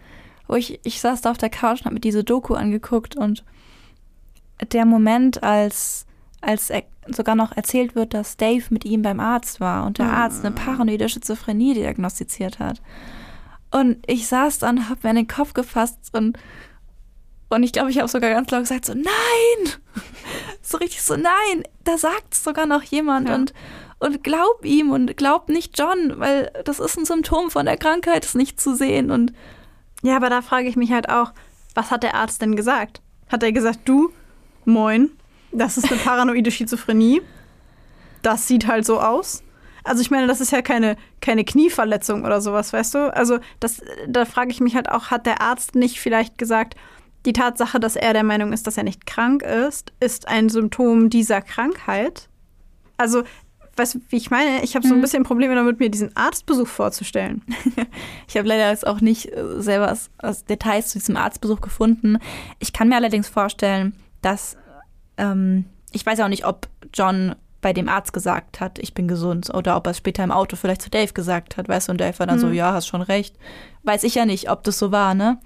saß da auf der Couch und habe mir diese Doku angeguckt und der Moment, als sogar noch erzählt wird, dass Dave mit ihm beim Arzt war und der Arzt eine paranoide Schizophrenie diagnostiziert hat. Und ich saß dann, habe mir an den Kopf gefasst und ich glaube, ich habe sogar ganz laut gesagt, so nein! So richtig so, nein! Da sagt es sogar noch jemand und glaub ihm und glaub nicht John, weil das ist ein Symptom von der Krankheit, es nicht zu sehen. Und ja, aber da frage ich mich halt auch, was hat der Arzt denn gesagt? Hat er gesagt, du, moin, das ist eine paranoide Schizophrenie, das sieht halt so aus? Also ich meine, das ist ja keine Knieverletzung oder sowas, weißt du? Also da frage ich mich halt auch, hat der Arzt nicht vielleicht gesagt, die Tatsache, dass er der Meinung ist, dass er nicht krank ist ein Symptom dieser Krankheit? Also weißt du, wie ich meine? Ich habe so ein bisschen Probleme damit, mir diesen Arztbesuch vorzustellen. Ich habe leider jetzt auch nicht selber aus Details zu diesem Arztbesuch gefunden. Ich kann mir allerdings vorstellen, dass ich weiß ja auch nicht, ob John bei dem Arzt gesagt hat, ich bin gesund, oder ob er es später im Auto vielleicht zu Dave gesagt hat, weißt du, und Dave war dann so, ja, hast schon recht. Weiß ich ja nicht, ob das so war, ne?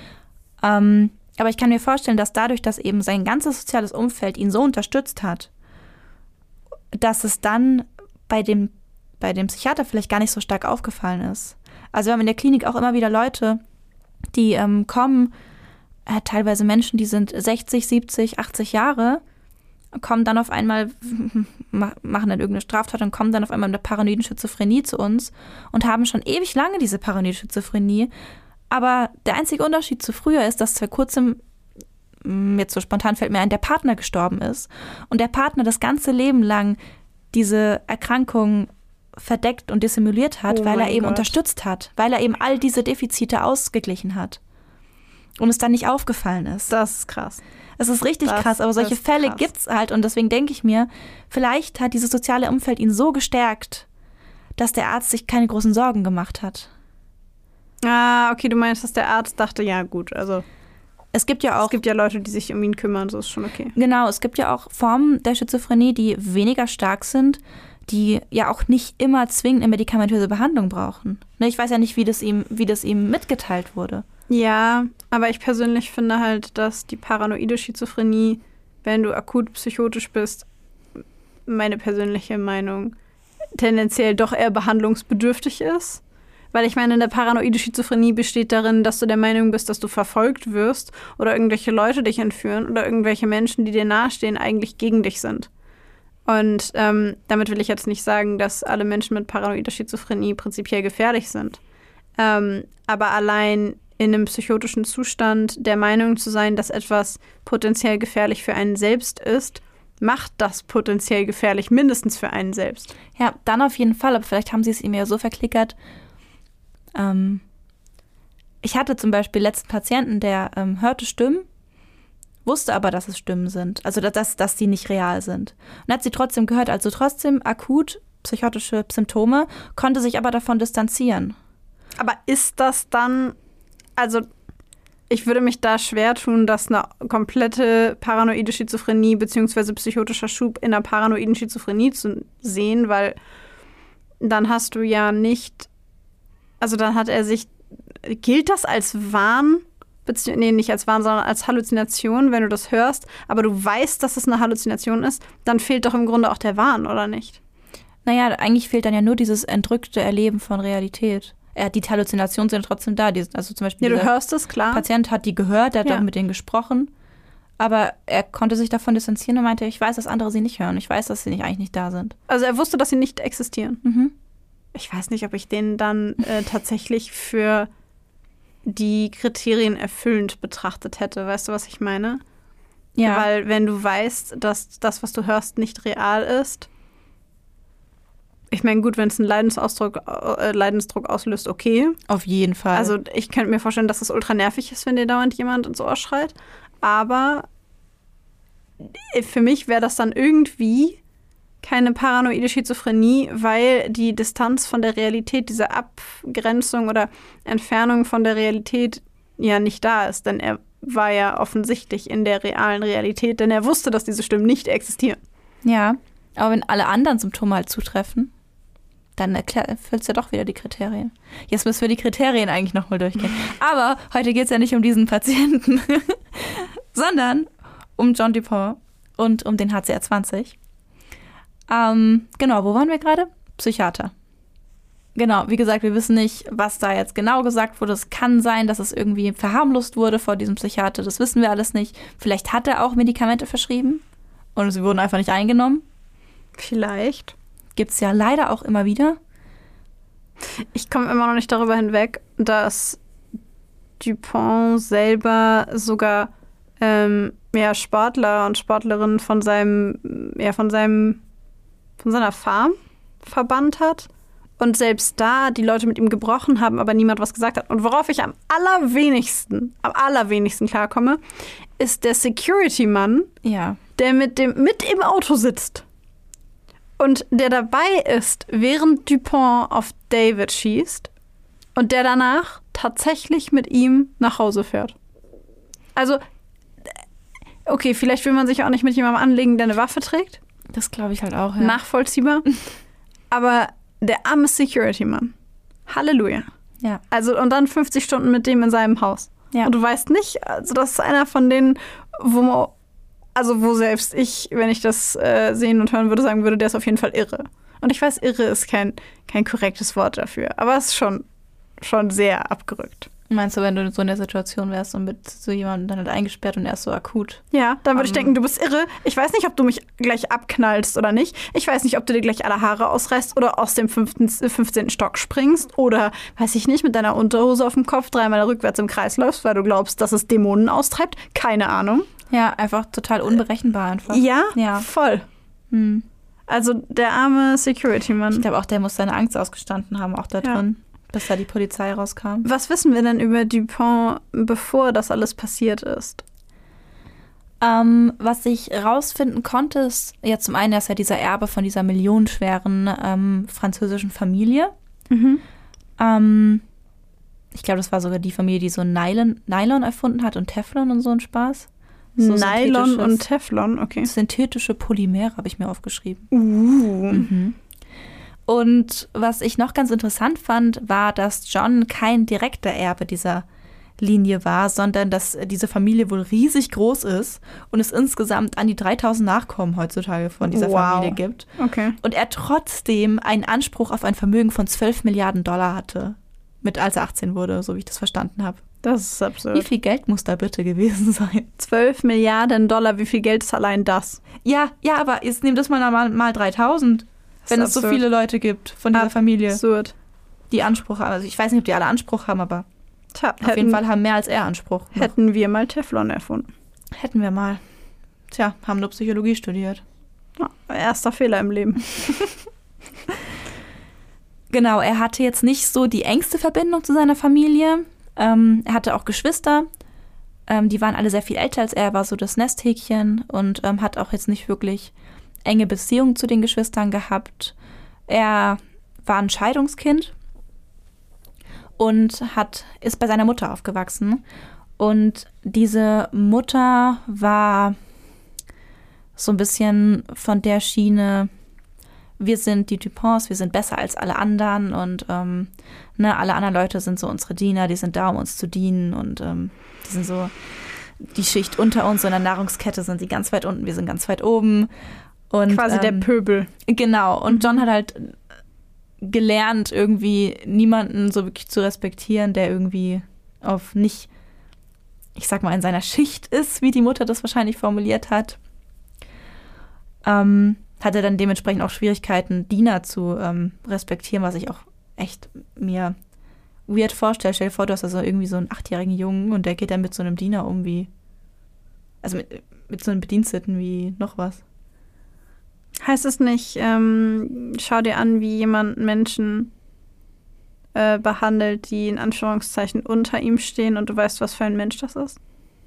Aber ich kann mir vorstellen, dass dadurch, dass eben sein ganzes soziales Umfeld ihn so unterstützt hat, dass es dann bei dem Psychiater vielleicht gar nicht so stark aufgefallen ist. Also wir haben in der Klinik auch immer wieder Leute, die kommen, teilweise Menschen, die sind 60, 70, 80 Jahre, kommen dann auf einmal, machen dann irgendeine Straftat und kommen dann auf einmal mit der paranoiden Schizophrenie zu uns und haben schon ewig lange diese paranoide Schizophrenie. Aber der einzige Unterschied zu früher ist, dass vor kurzem, jetzt so spontan fällt mir ein, der Partner gestorben ist und der Partner das ganze Leben lang diese Erkrankung verdeckt und dissimuliert hat, weil er eben unterstützt hat, weil er eben all diese Defizite ausgeglichen hat und es dann nicht aufgefallen ist. Das ist krass. Es ist richtig krass, aber solche Fälle gibt's halt und deswegen denke ich mir, vielleicht hat dieses soziale Umfeld ihn so gestärkt, dass der Arzt sich keine großen Sorgen gemacht hat. Ah, okay, du meinst, dass der Arzt dachte, ja gut, also es gibt ja Leute, die sich um ihn kümmern, so ist schon okay. Genau, es gibt ja auch Formen der Schizophrenie, die weniger stark sind, die ja auch nicht immer zwingend eine medikamentöse Behandlung brauchen. Ne, ich weiß ja nicht, wie das ihm mitgeteilt wurde. Ja, aber ich persönlich finde halt, dass die paranoide Schizophrenie, wenn du akut psychotisch bist, meine persönliche Meinung, tendenziell doch eher behandlungsbedürftig ist. Weil ich meine, eine paranoide Schizophrenie besteht darin, dass du der Meinung bist, dass du verfolgt wirst oder irgendwelche Leute dich entführen oder irgendwelche Menschen, die dir nahestehen, eigentlich gegen dich sind. Und damit will ich jetzt nicht sagen, dass alle Menschen mit paranoider Schizophrenie prinzipiell gefährlich sind. Aber allein in einem psychotischen Zustand der Meinung zu sein, dass etwas potenziell gefährlich für einen selbst ist, macht das potenziell gefährlich, mindestens für einen selbst. Ja, dann auf jeden Fall. Aber vielleicht haben sie es ihm ja so verklickert. Ich hatte zum Beispiel letzten Patienten, der hörte Stimmen, wusste aber, dass es Stimmen sind. Also, dass die nicht real sind. Und hat sie trotzdem gehört, also trotzdem akut psychotische Symptome, konnte sich aber davon distanzieren. Aber ist das dann, also ich würde mich da schwer tun, dass eine komplette paranoide Schizophrenie bzw. psychotischer Schub in einer paranoiden Schizophrenie zu sehen, weil dann hast du ja nicht, also dann hat er sich, gilt das als Wahn? Nee, nicht als Wahn, sondern als Halluzination, wenn du das hörst, aber du weißt, dass es eine Halluzination ist, dann fehlt doch im Grunde auch der Wahn, oder nicht? Naja, eigentlich fehlt dann ja nur dieses entrückte Erleben von Realität. Die Halluzinationen sind trotzdem da. Also zum Beispiel ja, du hörst es, klar. Der Patient hat die gehört, der hat auch mit denen gesprochen, aber er konnte sich davon distanzieren und meinte, ich weiß, dass andere sie nicht hören. Ich weiß, dass sie eigentlich nicht da sind. Also er wusste, dass sie nicht existieren. Mhm. Ich weiß nicht, ob ich den dann tatsächlich für die Kriterien erfüllend betrachtet hätte. Weißt du, was ich meine? Ja. Weil wenn du weißt, dass das, was du hörst, nicht real ist. Ich meine, gut, wenn es einen Leidensdruck auslöst, okay. Auf jeden Fall. Also ich könnte mir vorstellen, dass es ultra nervig ist, wenn dir dauernd jemand ins Ohr schreit. Aber für mich wäre das dann irgendwie keine paranoide Schizophrenie, weil die Distanz von der Realität, diese Abgrenzung oder Entfernung von der Realität ja nicht da ist. Denn er war ja offensichtlich in der realen Realität, denn er wusste, dass diese Stimmen nicht existieren. Ja, aber wenn alle anderen Symptome halt zutreffen, dann erfüllst du ja doch wieder die Kriterien. Jetzt müssen wir die Kriterien eigentlich nochmal durchgehen. Aber heute geht es ja nicht um diesen Patienten, sondern um John Dupont und um den HCR20. Genau, wo waren wir gerade? Psychiater. Genau, wie gesagt, wir wissen nicht, was da jetzt genau gesagt wurde. Es kann sein, dass es irgendwie verharmlost wurde vor diesem Psychiater. Das wissen wir alles nicht. Vielleicht hat er auch Medikamente verschrieben und sie wurden einfach nicht eingenommen. Vielleicht. Gibt es ja leider auch immer wieder. Ich komme immer noch nicht darüber hinweg, dass Dupont selber sogar Sportler und Sportlerinnen von seiner Farm verbannt hat. Und selbst da die Leute mit ihm gebrochen haben, aber niemand was gesagt hat. Und worauf ich am allerwenigsten klarkomme, ist der Security-Mann, der mit im Auto sitzt. Und der dabei ist, während Dupont auf David schießt und der danach tatsächlich mit ihm nach Hause fährt. Also, okay, vielleicht will man sich auch nicht mit jemandem anlegen, der eine Waffe trägt. Das glaube ich halt auch, ja. Nachvollziehbar. Aber der arme Security-Mann. Halleluja. Ja. Also, und dann 50 Stunden mit dem in seinem Haus. Ja. Und du weißt nicht, also das ist einer von denen, wo selbst ich, wenn ich das sehen und hören würde, sagen würde, der ist auf jeden Fall irre. Und ich weiß, irre ist kein korrektes Wort dafür. Aber es ist schon sehr abgerückt. Meinst du, wenn du so in der Situation wärst und mit so jemandem dann halt eingesperrt und er ist so akut? Ja, dann würde ich denken, du bist irre. Ich weiß nicht, ob du mich gleich abknallst oder nicht. Ich weiß nicht, ob du dir gleich alle Haare ausreißt oder aus dem 15. Stock springst oder, weiß ich nicht, mit deiner Unterhose auf dem Kopf 3-mal rückwärts im Kreis läufst, weil du glaubst, dass es Dämonen austreibt. Keine Ahnung. Ja, einfach total unberechenbar einfach. Ja. Voll. Also der arme Security-Mann. Ich glaube auch, der muss seine Angst ausgestanden haben, auch da drin. Bis da die Polizei rauskam. Was wissen wir denn über Dupont, bevor das alles passiert ist? Was ich rausfinden konnte, ist ja zum einen, er ist ja dieser Erbe von dieser millionenschweren französischen Familie. Mhm. Ich glaube, das war sogar die Familie, die so Nylon erfunden hat und Teflon und so ein Spaß. So Nylon und Teflon, okay. Synthetische Polymere habe ich mir aufgeschrieben. Mhm. Und was ich noch ganz interessant fand, war, dass John kein direkter Erbe dieser Linie war, sondern dass diese Familie wohl riesig groß ist und es insgesamt an die 3000 Nachkommen heutzutage von dieser Familie gibt. Okay. Und er trotzdem einen Anspruch auf ein Vermögen von 12 Milliarden Dollar hatte, als er 18 wurde, so wie ich das verstanden habe. Das ist absurd. Wie viel Geld muss da bitte gewesen sein? 12 Milliarden Dollar, wie viel Geld ist allein das? Ja, aber jetzt nimm das mal 3000, wenn es so viele Leute gibt von dieser Familie. Absurd. Die Anspruch haben. Also ich weiß nicht, ob die alle Anspruch haben, aber Tja, auf jeden Fall haben mehr als er Anspruch. Hätten wir mal Teflon erfunden. Hätten wir mal. Tja, haben nur Psychologie studiert. Ja, erster Fehler im Leben. Genau, er hatte jetzt nicht so die engste Verbindung zu seiner Familie. Er hatte auch Geschwister. Die waren alle sehr viel älter als er, war so das Nesthäkchen und hat auch jetzt nicht wirklich enge Beziehungen zu den Geschwistern gehabt. Er war ein Scheidungskind und ist bei seiner Mutter aufgewachsen. Und diese Mutter war so ein bisschen von der Schiene, wir sind die Duponts, wir sind besser als alle anderen und alle anderen Leute sind so unsere Diener, die sind da, um uns zu dienen und die sind so die Schicht unter uns, so in der Nahrungskette sind die ganz weit unten, wir sind ganz weit oben. Und, quasi der Pöbel. Genau, und John hat halt gelernt, irgendwie niemanden so wirklich zu respektieren, der irgendwie auf nicht, ich sag mal, in seiner Schicht ist, wie die Mutter das wahrscheinlich formuliert hat. Hatte dann dementsprechend auch Schwierigkeiten, Diener zu respektieren, was ich auch echt mir weird vorstelle. Stell dir vor, du hast also irgendwie so einen 8-jährigen Jungen und der geht dann mit so einem Diener um wie, also mit so einem Bediensteten wie noch was. Heißt es nicht, schau dir an, wie jemand Menschen behandelt, die in Anführungszeichen unter ihm stehen und du weißt, was für ein Mensch das ist?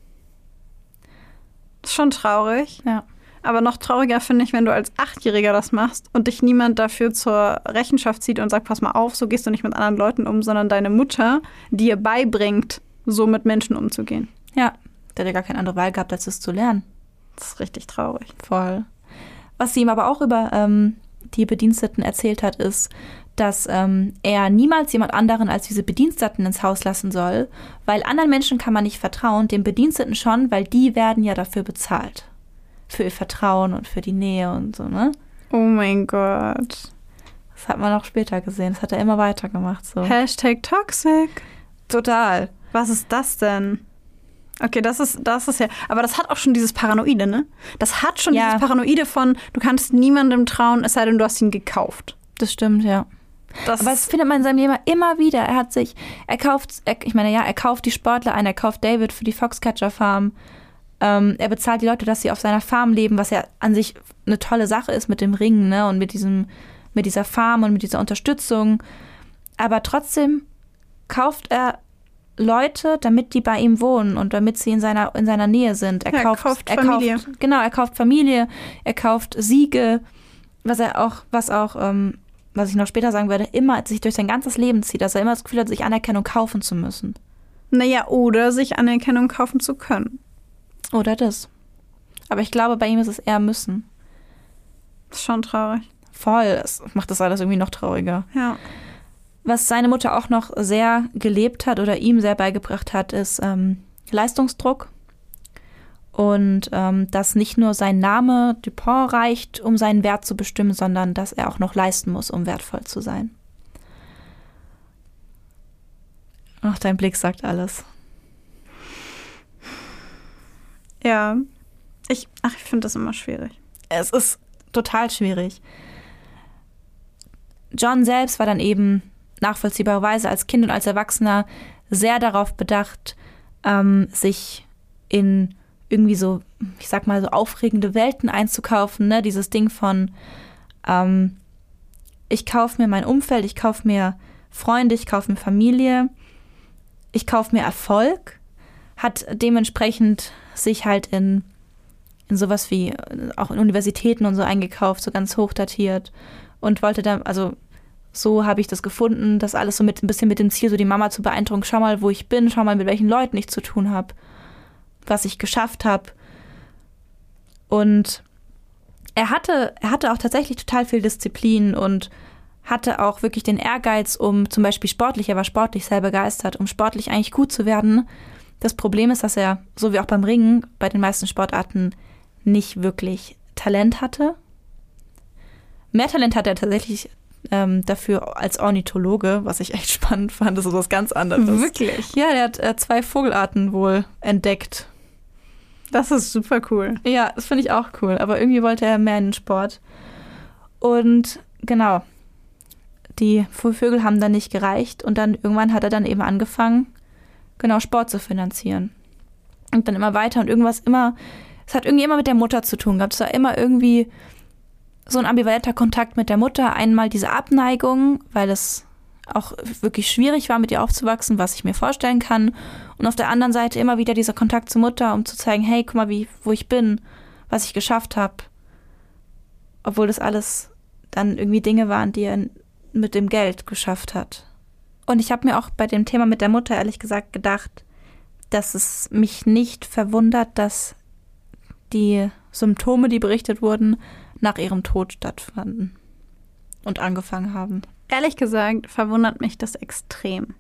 Das ist schon traurig. Ja. Aber noch trauriger finde ich, wenn du als 8-Jähriger das machst und dich niemand dafür zur Rechenschaft zieht und sagt, pass mal auf, so gehst du nicht mit anderen Leuten um, sondern deine Mutter dir beibringt, so mit Menschen umzugehen. Ja, der hat ja gar keine andere Wahl gehabt, als es zu lernen. Das ist richtig traurig. Voll. Was sie ihm aber auch über die Bediensteten erzählt hat, ist, dass er niemals jemand anderen als diese Bediensteten ins Haus lassen soll, weil anderen Menschen kann man nicht vertrauen, den Bediensteten schon, weil die werden ja dafür bezahlt. Für ihr Vertrauen und für die Nähe und so, ne? Oh mein Gott. Das hat man auch später gesehen. Das hat er immer weitergemacht. So. #toxic. Total. Was ist das denn? Okay, das ist ja. Aber das hat auch schon dieses Paranoide, ne? Das hat schon dieses Paranoide von, du kannst niemandem trauen, es sei denn, du hast ihn gekauft. Das stimmt, ja. Aber das findet man in seinem Leben immer wieder. Er kauft die Sportler ein, er kauft David für die Foxcatcher Farm. Er bezahlt die Leute, dass sie auf seiner Farm leben, was ja an sich eine tolle Sache ist mit dem Ring, ne? Und mit dieser Farm und mit dieser Unterstützung. Aber trotzdem kauft er Leute, damit die bei ihm wohnen und damit sie in seiner Nähe sind. Er kauft Familie. Er kauft Familie, er kauft Siege, was ich noch später sagen werde, immer sich durch sein ganzes Leben zieht, dass er immer das Gefühl hat, sich Anerkennung kaufen zu müssen. Naja, oder sich Anerkennung kaufen zu können. Oder das. Aber ich glaube, bei ihm ist es eher müssen. Das ist schon traurig. Voll, das macht das alles irgendwie noch trauriger. Ja. Was seine Mutter auch noch sehr gelebt hat oder ihm sehr beigebracht hat, ist Leistungsdruck. Und dass nicht nur sein Name Dupont reicht, um seinen Wert zu bestimmen, sondern dass er auch noch leisten muss, um wertvoll zu sein. Ach, dein Blick sagt alles. Ja. Ich finde das immer schwierig. Es ist total schwierig. John selbst war dann eben nachvollziehbarerweise als Kind und als Erwachsener sehr darauf bedacht, sich in irgendwie so, ich sag mal, so aufregende Welten einzukaufen, ne? Dieses Ding von ich kaufe mir mein Umfeld, ich kaufe mir Freunde, ich kaufe mir Familie, ich kaufe mir Erfolg, hat dementsprechend sich halt in sowas wie auch in Universitäten und so eingekauft, so ganz hoch datiert und wollte dann, also so habe ich das gefunden, das alles so ein bisschen mit dem Ziel, so die Mama zu beeindrucken, schau mal, wo ich bin, schau mal, mit welchen Leuten ich zu tun habe, was ich geschafft habe. Und er hatte auch tatsächlich total viel Disziplin und hatte auch wirklich den Ehrgeiz, um zum Beispiel sportlich, er war sportlich sehr begeistert, um sportlich eigentlich gut zu werden. Das Problem ist, dass er, so wie auch beim Ringen, bei den meisten Sportarten nicht wirklich Talent hatte. Mehr Talent hatte er tatsächlich dafür als Ornithologe, was ich echt spannend fand. Das ist was ganz anderes. Wirklich? Ja, der hat 2 Vogelarten wohl entdeckt. Das ist super cool. Ja, das finde ich auch cool. Aber irgendwie wollte er mehr in den Sport. Und genau, die Vögel haben dann nicht gereicht. Und dann irgendwann hat er dann eben angefangen, genau, Sport zu finanzieren. Und dann immer weiter und es hat irgendwie immer mit der Mutter zu tun gehabt. Es war immer irgendwie so ein ambivalenter Kontakt mit der Mutter. Einmal diese Abneigung, weil es auch wirklich schwierig war, mit ihr aufzuwachsen, was ich mir vorstellen kann. Und auf der anderen Seite immer wieder dieser Kontakt zur Mutter, um zu zeigen, hey, guck mal, wo ich bin, was ich geschafft habe. Obwohl das alles dann irgendwie Dinge waren, die er mit dem Geld geschafft hat. Und ich habe mir auch bei dem Thema mit der Mutter ehrlich gesagt gedacht, dass es mich nicht verwundert, dass die Symptome, die berichtet wurden, nach ihrem Tod stattfanden und angefangen haben. Ehrlich gesagt verwundert mich das extrem.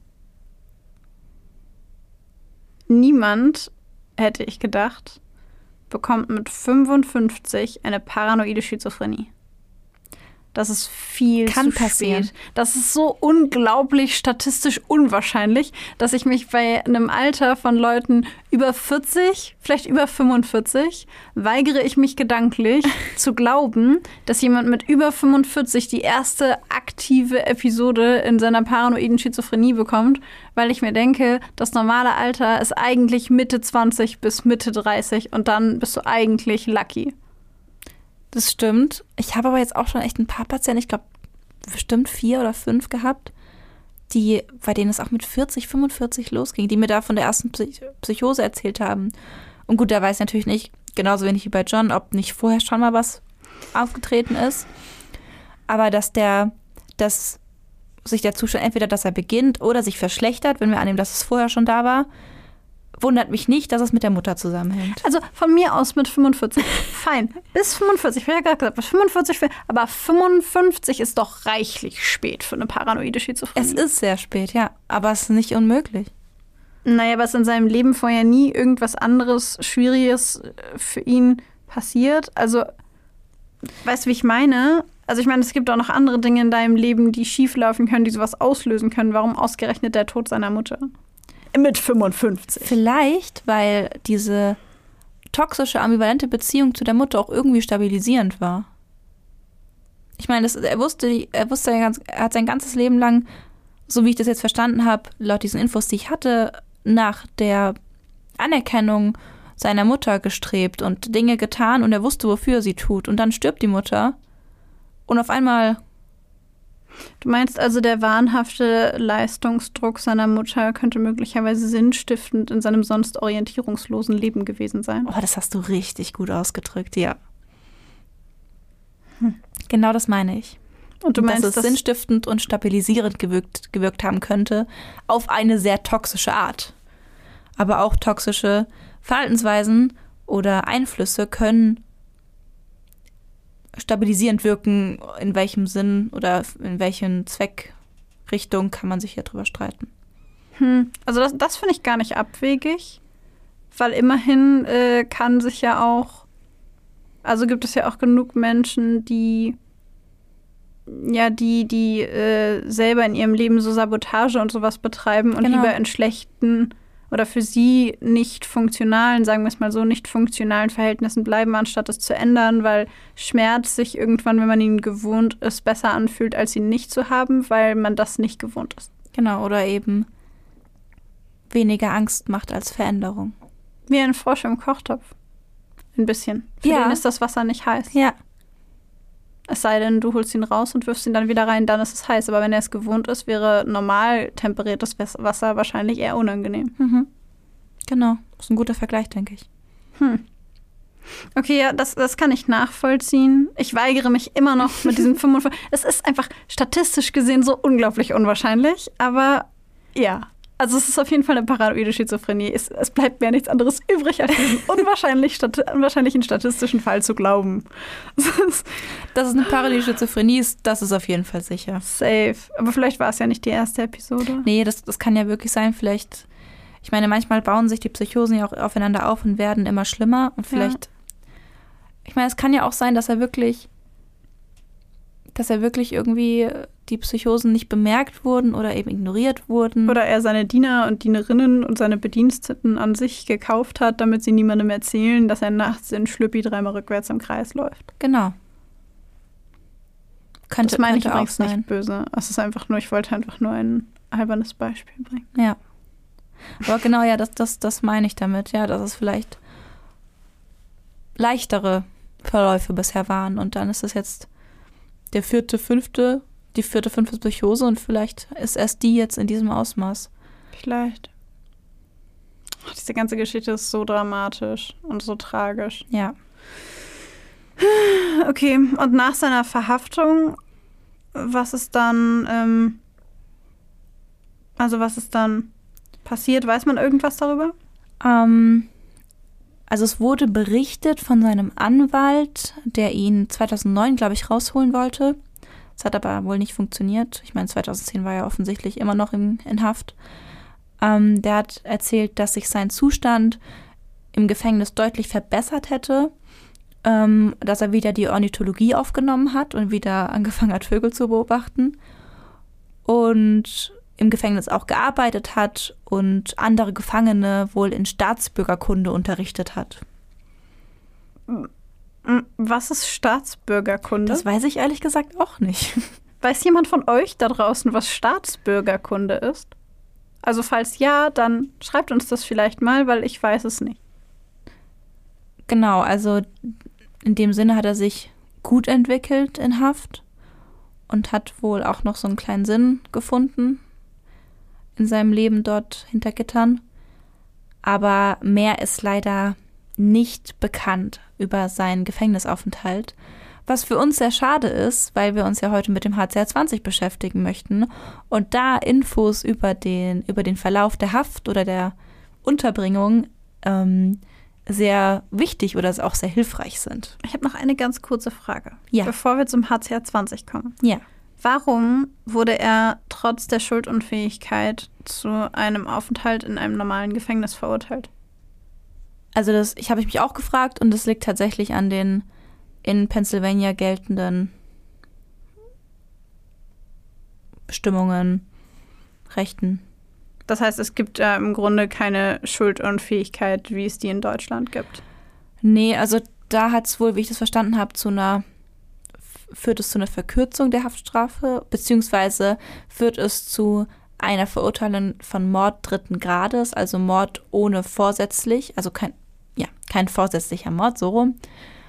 Niemand, hätte ich gedacht, bekommt mit 55 eine paranoide Schizophrenie. Das ist viel Kann zu passieren. spät. Das ist so unglaublich statistisch unwahrscheinlich, dass ich mich bei einem Alter von Leuten über 40, vielleicht über 45, weigere ich mich gedanklich zu glauben, dass jemand mit über 45 die erste aktive Episode in seiner paranoiden Schizophrenie bekommt, weil ich mir denke, das normale Alter ist eigentlich Mitte 20 bis Mitte 30 und dann bist du eigentlich lucky. Das stimmt. Ich habe aber jetzt auch schon echt ein paar Patienten, ich glaube bestimmt 4 oder 5 gehabt, bei denen es auch mit 40, 45 losging, die mir da von der ersten Psychose erzählt haben. Und gut, da weiß ich natürlich nicht, genauso wenig wie bei John, ob nicht vorher schon mal was aufgetreten ist. Aber dass sich der Zustand entweder, dass er beginnt oder sich verschlechtert, wenn wir annehmen, dass es vorher schon da war, wundert mich nicht, dass es mit der Mutter zusammenhängt. Also von mir aus mit 45. Fein. Bis 45. Ich habe ja gerade gesagt, bis 45. Aber 55 ist doch reichlich spät für eine paranoide Schizophrenie. Es ist sehr spät, ja. Aber es ist nicht unmöglich. Naja, aber es ist in seinem Leben vorher nie irgendwas anderes Schwieriges für ihn passiert. Also, weißt du, wie ich meine? Also ich meine, es gibt auch noch andere Dinge in deinem Leben, die schieflaufen können, die sowas auslösen können. Warum ausgerechnet der Tod seiner Mutter? Mit 55. Vielleicht, weil diese toxische, ambivalente Beziehung zu der Mutter auch irgendwie stabilisierend war. Ich meine, er hat sein ganzes Leben lang, so wie ich das jetzt verstanden habe, laut diesen Infos, die ich hatte, nach der Anerkennung seiner Mutter gestrebt und Dinge getan und er wusste, wofür er sie tut. Und dann stirbt die Mutter und auf einmal... Du meinst also, der wahnhafte Leistungsdruck seiner Mutter könnte möglicherweise sinnstiftend in seinem sonst orientierungslosen Leben gewesen sein? Oh, das hast du richtig gut ausgedrückt, ja. Genau das meine ich. Und du meinst, dass es sinnstiftend und stabilisierend gewirkt haben könnte, auf eine sehr toxische Art. Aber auch toxische Verhaltensweisen oder Einflüsse können stabilisierend wirken, in welchem Sinn oder in welchen Zweckrichtung kann man sich hier drüber streiten. Also das finde ich gar nicht abwegig, weil immerhin kann sich ja auch, also gibt es ja auch genug Menschen, die selber in ihrem Leben so Sabotage und sowas betreiben und lieber in schlechten oder für sie nicht funktionalen, sagen wir es mal so, nicht funktionalen Verhältnissen bleiben, anstatt es zu ändern, weil Schmerz sich irgendwann, wenn man ihn gewohnt ist, besser anfühlt, als ihn nicht zu haben, weil man das nicht gewohnt ist. Genau, oder eben weniger Angst macht als Veränderung. Wie ein Frosch im Kochtopf. Ein bisschen. Für den ist das Wasser nicht heiß. Ja. Es sei denn, du holst ihn raus und wirfst ihn dann wieder rein, dann ist es heiß. Aber wenn er es gewohnt ist, wäre normal temperiertes Wasser wahrscheinlich eher unangenehm. Mhm. Genau, das ist ein guter Vergleich, denke ich. Okay, ja, das kann ich nachvollziehen. Ich weigere mich immer noch mit diesem 55. Es ist einfach statistisch gesehen so unglaublich unwahrscheinlich. Aber ja, Also es ist auf jeden Fall eine paranoide Schizophrenie. Es bleibt mir nichts anderes übrig, als diesen unwahrscheinlichen statistischen Fall zu glauben. Dass es eine paranoide Schizophrenie ist, das ist auf jeden Fall sicher. Safe. Aber vielleicht war es ja nicht die erste Episode. Nee, das kann ja wirklich sein. Vielleicht, ich meine, manchmal bauen sich die Psychosen ja auch aufeinander auf und werden immer schlimmer. Und vielleicht, ich meine, es kann ja auch sein, dass er wirklich irgendwie die Psychosen nicht bemerkt wurden oder eben ignoriert wurden. Oder er seine Diener und Dienerinnen und seine Bediensteten an sich gekauft hat, damit sie niemandem erzählen, dass er nachts in Schlüppi 3-mal rückwärts im Kreis läuft. Genau. Das meine ich auch übrigens sein. nicht böse. Es ist einfach nur, ich wollte einfach nur ein albernes Beispiel bringen. Ja. Aber genau, ja, das meine ich damit. Ja, dass es vielleicht leichtere Verläufe bisher waren. Und dann ist es jetzt die vierte, fünfte Psychose und vielleicht ist erst die jetzt in diesem Ausmaß. Vielleicht. Ach, diese ganze Geschichte ist so dramatisch und so tragisch. Ja. Okay, und nach seiner Verhaftung, was ist dann passiert? Weiß man irgendwas darüber? Also es wurde berichtet von seinem Anwalt, der ihn 2009, glaube ich, rausholen wollte. Das hat aber wohl nicht funktioniert. Ich meine, 2010 war er offensichtlich immer noch in Haft. Der hat erzählt, dass sich sein Zustand im Gefängnis deutlich verbessert hätte, dass er wieder die Ornithologie aufgenommen hat und wieder angefangen hat, Vögel zu beobachten und im Gefängnis auch gearbeitet hat und andere Gefangene wohl in Staatsbürgerkunde unterrichtet hat. Was ist Staatsbürgerkunde? Das weiß ich ehrlich gesagt auch nicht. Weiß jemand von euch da draußen, was Staatsbürgerkunde ist? Also falls ja, dann schreibt uns das vielleicht mal, weil ich weiß es nicht. Genau, also in dem Sinne hat er sich gut entwickelt in Haft und hat wohl auch noch so einen kleinen Sinn gefunden in seinem Leben dort hinter Gittern. Aber mehr ist leider nicht bekannt über seinen Gefängnisaufenthalt, was für uns sehr schade ist, weil wir uns ja heute mit dem HCR20 beschäftigen möchten und da Infos über den Verlauf der Haft oder der Unterbringung sehr wichtig oder auch sehr hilfreich sind. Ich habe noch eine ganz kurze Frage, Ja. bevor wir zum HCR20 kommen. Ja. Warum wurde er trotz der Schuldunfähigkeit zu einem Aufenthalt in einem normalen Gefängnis verurteilt? Also das habe ich mich auch gefragt und das liegt tatsächlich an den in Pennsylvania geltenden Bestimmungen, Rechten. Das heißt, es gibt im Grunde keine Schuldunfähigkeit, wie es die in Deutschland gibt. Nee, also da hat es wohl, wie ich das verstanden habe, führt es zu einer Verkürzung der Haftstrafe, beziehungsweise führt es zu einer Verurteilung von Mord 3. Grades, also Mord ohne vorsätzlich, also kein vorsätzlicher Mord, so rum.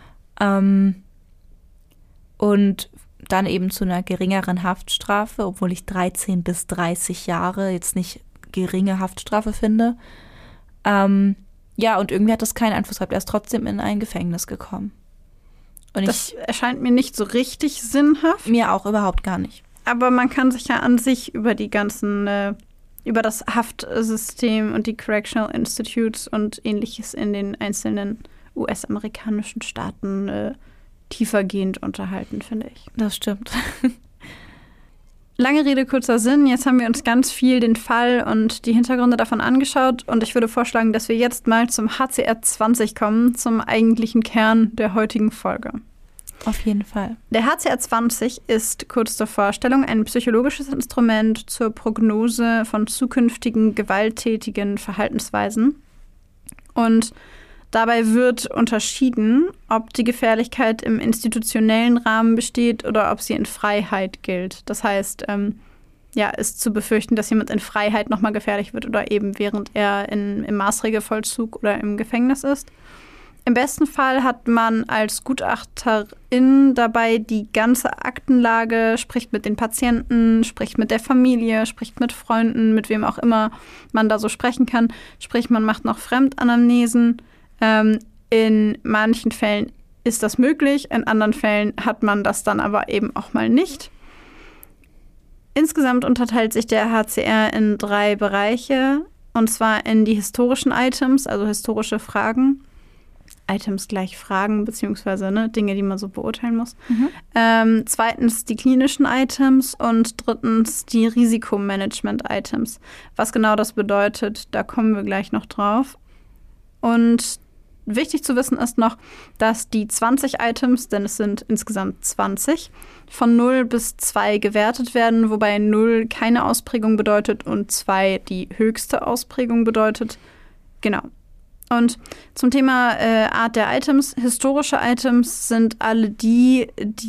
Und dann eben zu einer geringeren Haftstrafe, obwohl ich 13 bis 30 Jahre jetzt nicht geringe Haftstrafe finde. Ja, und irgendwie hat das keinen Einfluss gehabt. Er ist trotzdem in ein Gefängnis gekommen. Und das erscheint mir nicht so richtig sinnhaft. Mir auch überhaupt gar nicht. Aber man kann sich ja an sich über über das Haftsystem und die Correctional Institutes und ähnliches in den einzelnen US-amerikanischen Staaten tiefergehend unterhalten, finde ich. Das stimmt. Lange Rede, kurzer Sinn. Jetzt haben wir uns ganz viel den Fall und die Hintergründe davon angeschaut. Und ich würde vorschlagen, dass wir jetzt mal zum HCR20 kommen, zum eigentlichen Kern der heutigen Folge. Auf jeden Fall. Der HCR20 ist, kurz zur Vorstellung, ein psychologisches Instrument zur Prognose von zukünftigen gewalttätigen Verhaltensweisen. Und dabei wird unterschieden, ob die Gefährlichkeit im institutionellen Rahmen besteht oder ob sie in Freiheit gilt. Das heißt, ist zu befürchten, dass jemand in Freiheit nochmal gefährlich wird oder eben während er im Maßregelvollzug oder im Gefängnis ist. Im besten Fall hat man als Gutachterin dabei die ganze Aktenlage, spricht mit den Patienten, spricht mit der Familie, spricht mit Freunden, mit wem auch immer man da so sprechen kann. Sprich, man macht noch Fremdanamnesen. In manchen Fällen ist das möglich, in anderen Fällen hat man das dann aber eben auch mal nicht. Insgesamt unterteilt sich der HCR in 3 Bereiche, und zwar in die historischen Items, also historische Fragen. Items gleich Fragen, beziehungsweise Dinge, die man so beurteilen muss. Zweitens die klinischen Items und drittens die Risikomanagement-Items. Was genau das bedeutet, da kommen wir gleich noch drauf. Und wichtig zu wissen ist noch, dass die 20 Items, denn es sind insgesamt 20, von 0 bis 2 gewertet werden, wobei 0 keine Ausprägung bedeutet und 2 die höchste Ausprägung bedeutet. Genau. Und zum Thema Art der Items. Historische Items sind alle die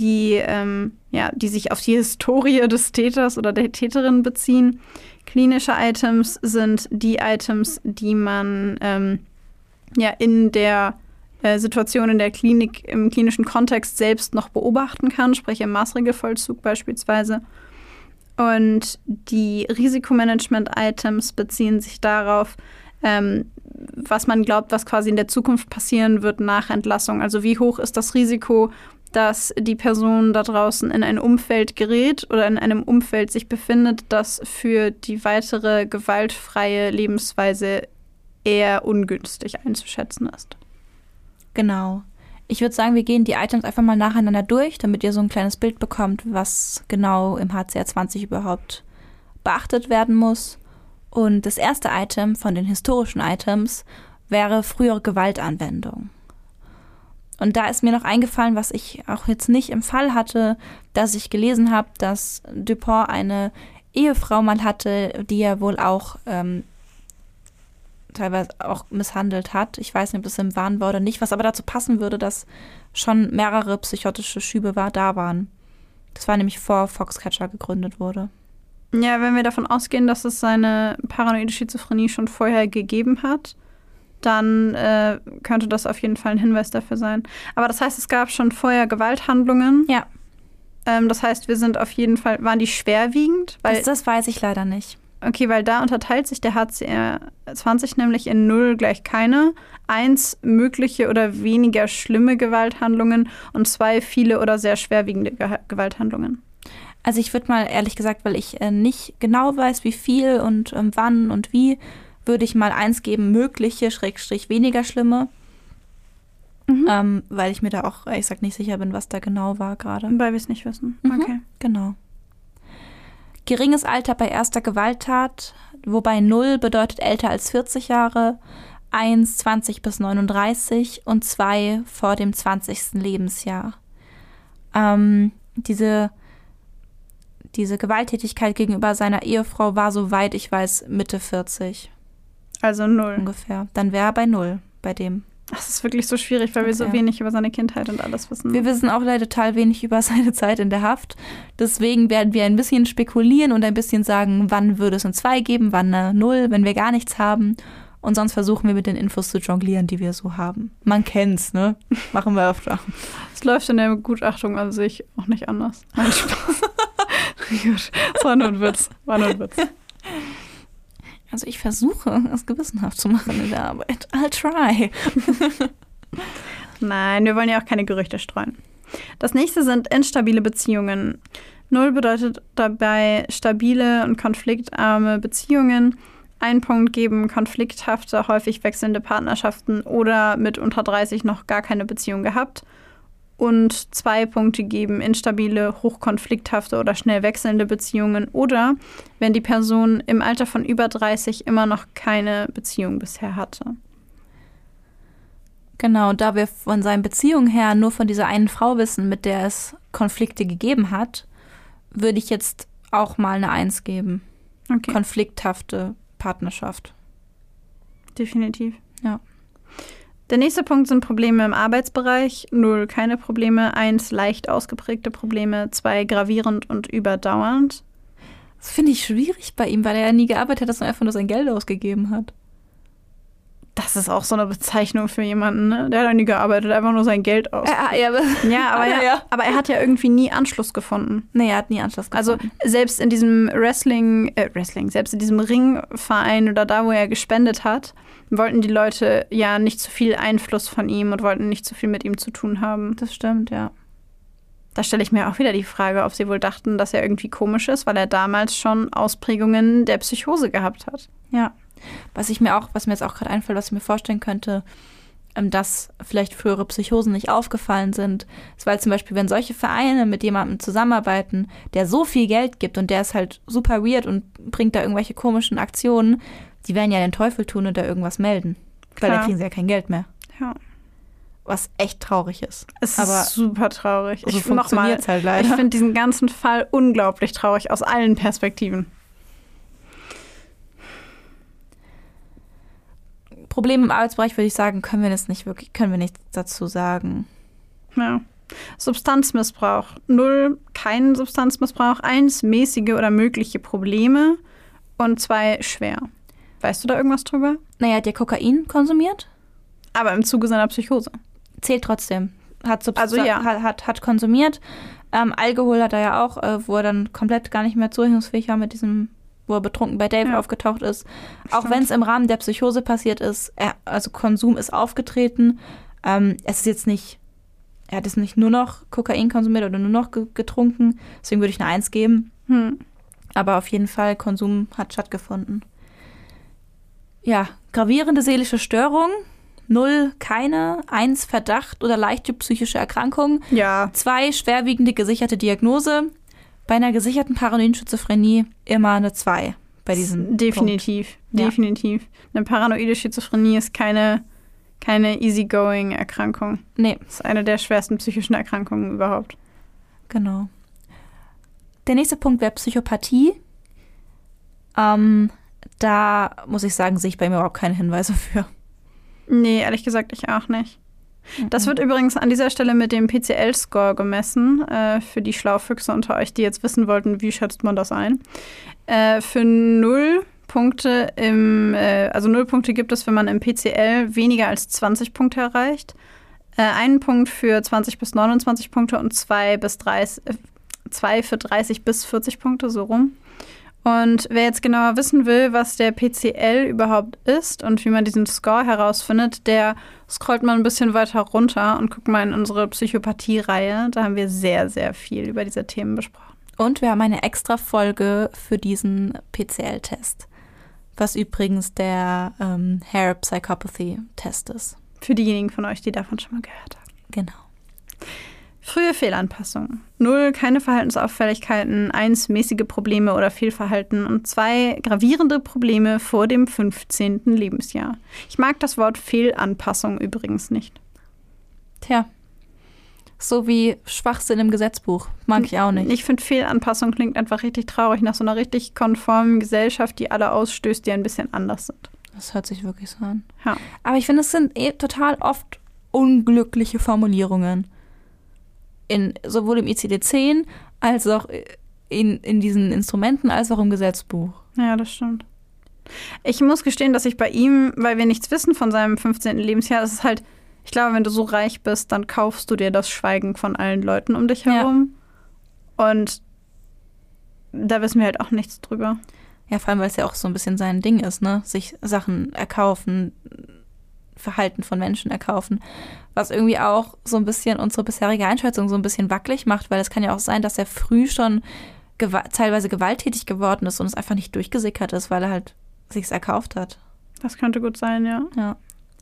sich auf die Historie des Täters oder der Täterin beziehen. Klinische Items sind die Items, die man in der Situation in der Klinik, im klinischen Kontext selbst noch beobachten kann, sprich im Maßregelvollzug beispielsweise. Und die Risikomanagement-Items beziehen sich darauf, was man glaubt, was quasi in der Zukunft passieren wird nach Entlassung. Also wie hoch ist das Risiko, dass die Person da draußen in ein Umfeld gerät oder in einem Umfeld sich befindet, das für die weitere gewaltfreie Lebensweise eher ungünstig einzuschätzen ist. Genau. Ich würde sagen, wir gehen die Items einfach mal nacheinander durch, damit ihr so ein kleines Bild bekommt, was genau im HCR 20 überhaupt beachtet werden muss. Und das erste Item von den historischen Items wäre frühere Gewaltanwendung. Und da ist mir noch eingefallen, was ich auch jetzt nicht im Fall hatte, dass ich gelesen habe, dass Dupont eine Ehefrau mal hatte, die er wohl auch teilweise auch misshandelt hat. Ich weiß nicht, ob das im Wahn war oder nicht, was aber dazu passen würde, dass schon mehrere psychotische Schübe da waren. Das war nämlich vor Foxcatcher gegründet wurde. Ja, wenn wir davon ausgehen, dass es seine paranoide Schizophrenie schon vorher gegeben hat, dann könnte das auf jeden Fall ein Hinweis dafür sein. Aber das heißt, es gab schon vorher Gewalthandlungen. Ja. Das heißt, wir sind auf jeden Fall, waren die schwerwiegend? Weil, das weiß ich leider nicht. Okay, weil da unterteilt sich der HCR 20 nämlich in 0 gleich keine, 1 mögliche oder weniger schlimme Gewalthandlungen und 2 viele oder sehr schwerwiegende Gewalthandlungen. Also ich würde mal, ehrlich gesagt, weil ich nicht genau weiß, wie viel und wann und wie, würde ich mal 1 geben, mögliche, / weniger schlimme. Weil ich mir da auch, ehrlich gesagt, nicht sicher bin, was da genau war gerade. Weil wir es nicht wissen. Okay. Genau. Geringes Alter bei erster Gewalttat, wobei 0 bedeutet älter als 40 Jahre, 1 20 bis 39 und 2 vor dem 20. Lebensjahr. Diese Gewalttätigkeit gegenüber seiner Ehefrau war, soweit ich weiß, Mitte 40. Also 0. Ungefähr. Dann wäre er bei 0 bei dem. Das ist wirklich so schwierig, weil wir so wenig über seine Kindheit und alles wissen. Wir wissen auch leider total wenig über seine Zeit in der Haft. Deswegen werden wir ein bisschen spekulieren und ein bisschen sagen, wann würde es ein 2 geben, wann eine 0, wenn wir gar nichts haben. Und sonst versuchen wir mit den Infos zu jonglieren, die wir so haben. Man kennt's, ne? Machen wir öfter. Es läuft in der Begutachtung an sich auch nicht anders. Nein, Spaß. Gut, das war nur ein Witz. Also ich versuche, es gewissenhaft zu machen in der Arbeit. I'll try. Nein, wir wollen ja auch keine Gerüchte streuen. Das nächste sind instabile Beziehungen. 0 bedeutet dabei stabile und konfliktarme Beziehungen. 1 Punkt geben konflikthafte, häufig wechselnde Partnerschaften oder mit unter 30 noch gar keine Beziehung gehabt. Und 2 Punkte geben instabile, hochkonflikthafte oder schnell wechselnde Beziehungen oder wenn die Person im Alter von über 30 immer noch keine Beziehung bisher hatte. Genau, da wir von seinen Beziehungen her nur von dieser einen Frau wissen, mit der es Konflikte gegeben hat, würde ich jetzt auch mal eine 1 geben. Okay. Konflikthafte Partnerschaft. Definitiv. Ja. Der nächste Punkt sind Probleme im Arbeitsbereich. 0 keine Probleme, 1 leicht ausgeprägte Probleme, 2 gravierend und überdauernd. Das finde ich schwierig bei ihm, weil er ja nie gearbeitet hat, sondern einfach nur sein Geld ausgegeben hat. Das ist auch so eine Bezeichnung für jemanden, ne? Der hat ja nie gearbeitet, einfach nur sein Geld aus. Aber er hat ja irgendwie nie Anschluss gefunden. Nee, er hat nie Anschluss gefunden. Also selbst in diesem selbst in diesem Ringverein oder da, wo er gespendet hat, wollten die Leute ja nicht zu viel Einfluss von ihm und wollten nicht zu viel mit ihm zu tun haben. Das stimmt, ja. Da stelle ich mir auch wieder die Frage, ob sie wohl dachten, dass er irgendwie komisch ist, weil er damals schon Ausprägungen der Psychose gehabt hat. Ja. Was mir jetzt auch gerade einfällt, was ich mir vorstellen könnte, dass vielleicht frühere Psychosen nicht aufgefallen sind, ist, weil zum Beispiel, wenn solche Vereine mit jemandem zusammenarbeiten, der so viel Geld gibt und der ist halt super weird und bringt da irgendwelche komischen Aktionen, die werden ja den Teufel tun und da irgendwas melden. Weil dann kriegen sie ja kein Geld mehr. Ja. Was echt traurig ist. Es ist super traurig. So funktioniert es halt leider. Ich finde diesen ganzen Fall unglaublich traurig aus allen Perspektiven. Problem im Arbeitsbereich, würde ich sagen, können wir nichts dazu sagen. Ja. Substanzmissbrauch. 0, kein Substanzmissbrauch. 1, mäßige oder mögliche Probleme. Und 2, schwer. Weißt du da irgendwas drüber? Naja, hat der Kokain konsumiert? Aber im Zuge seiner Psychose. Zählt trotzdem. Hat konsumiert. Alkohol hat er ja auch, wo er dann komplett gar nicht mehr zurechnungsfähig war mit diesem, wo er betrunken bei Dave aufgetaucht ist. Stimmt. Auch wenn es im Rahmen der Psychose passiert ist, also Konsum ist aufgetreten. Es ist jetzt nicht, er hat jetzt nicht nur noch Kokain konsumiert oder nur noch getrunken. Deswegen würde ich eine 1 geben. Aber auf jeden Fall, Konsum hat stattgefunden. Ja, gravierende seelische Störung. 0, keine. 1, Verdacht oder leichte psychische Erkrankung. Ja. 2, schwerwiegende gesicherte Diagnose. Bei einer gesicherten paranoiden Schizophrenie immer eine 2 bei diesem Definitiv. Eine paranoide Schizophrenie ist keine easygoing-Erkrankung. Nee. Das ist eine der schwersten psychischen Erkrankungen überhaupt. Genau. Der nächste Punkt wäre Psychopathie. Da muss ich sagen, sehe ich bei mir überhaupt keine Hinweise für. Nee, ehrlich gesagt, ich auch nicht. Das wird übrigens an dieser Stelle mit dem PCL-Score gemessen, für die Schlaufüchse unter euch, die jetzt wissen wollten, wie schätzt man das ein. Für 0 Punkte also 0 Punkte gibt es, wenn man im PCL weniger als 20 Punkte erreicht. 1 Punkt für 20 bis 29 Punkte und 2 für 30 bis 40 Punkte, so rum. Und wer jetzt genauer wissen will, was der PCL überhaupt ist und wie man diesen Score herausfindet, der scrollt mal ein bisschen weiter runter und guckt mal in unsere Psychopathie-Reihe. Da haben wir sehr, sehr viel über diese Themen besprochen. Und wir haben eine extra Folge für diesen PCL-Test, was übrigens der Hare Psychopathy-Test ist. Für diejenigen von euch, die davon schon mal gehört haben. Genau. Frühe Fehlanpassung. 0, keine Verhaltensauffälligkeiten. 1, mäßige Probleme oder Fehlverhalten. Und 2, gravierende Probleme vor dem 15. Lebensjahr. Ich mag das Wort Fehlanpassung übrigens nicht. Tja, so wie Schwachsinn im Gesetzbuch. Mag ich auch nicht. Ich finde, Fehlanpassung klingt einfach richtig traurig nach so einer richtig konformen Gesellschaft, die alle ausstößt, die ein bisschen anders sind. Das hört sich wirklich so an. Ja. Aber ich finde, es sind total oft unglückliche Formulierungen. Sowohl im ICD-10 als auch in diesen Instrumenten als auch im Gesetzbuch. Ja, das stimmt. Ich muss gestehen, dass ich bei ihm, weil wir nichts wissen von seinem 15. Lebensjahr, das ist halt, ich glaube, wenn du so reich bist, dann kaufst du dir das Schweigen von allen Leuten um dich herum. Ja. Und da wissen wir halt auch nichts drüber. Ja, vor allem, weil es ja auch so ein bisschen sein Ding ist, ne? Sich Sachen erkaufen, Verhalten von Menschen erkaufen, was irgendwie auch so ein bisschen unsere bisherige Einschätzung so ein bisschen wackelig macht, weil es kann ja auch sein, dass er früh schon teilweise gewalttätig geworden ist und es einfach nicht durchgesickert ist, weil er halt sich's erkauft hat. Das könnte gut sein, ja. Ja.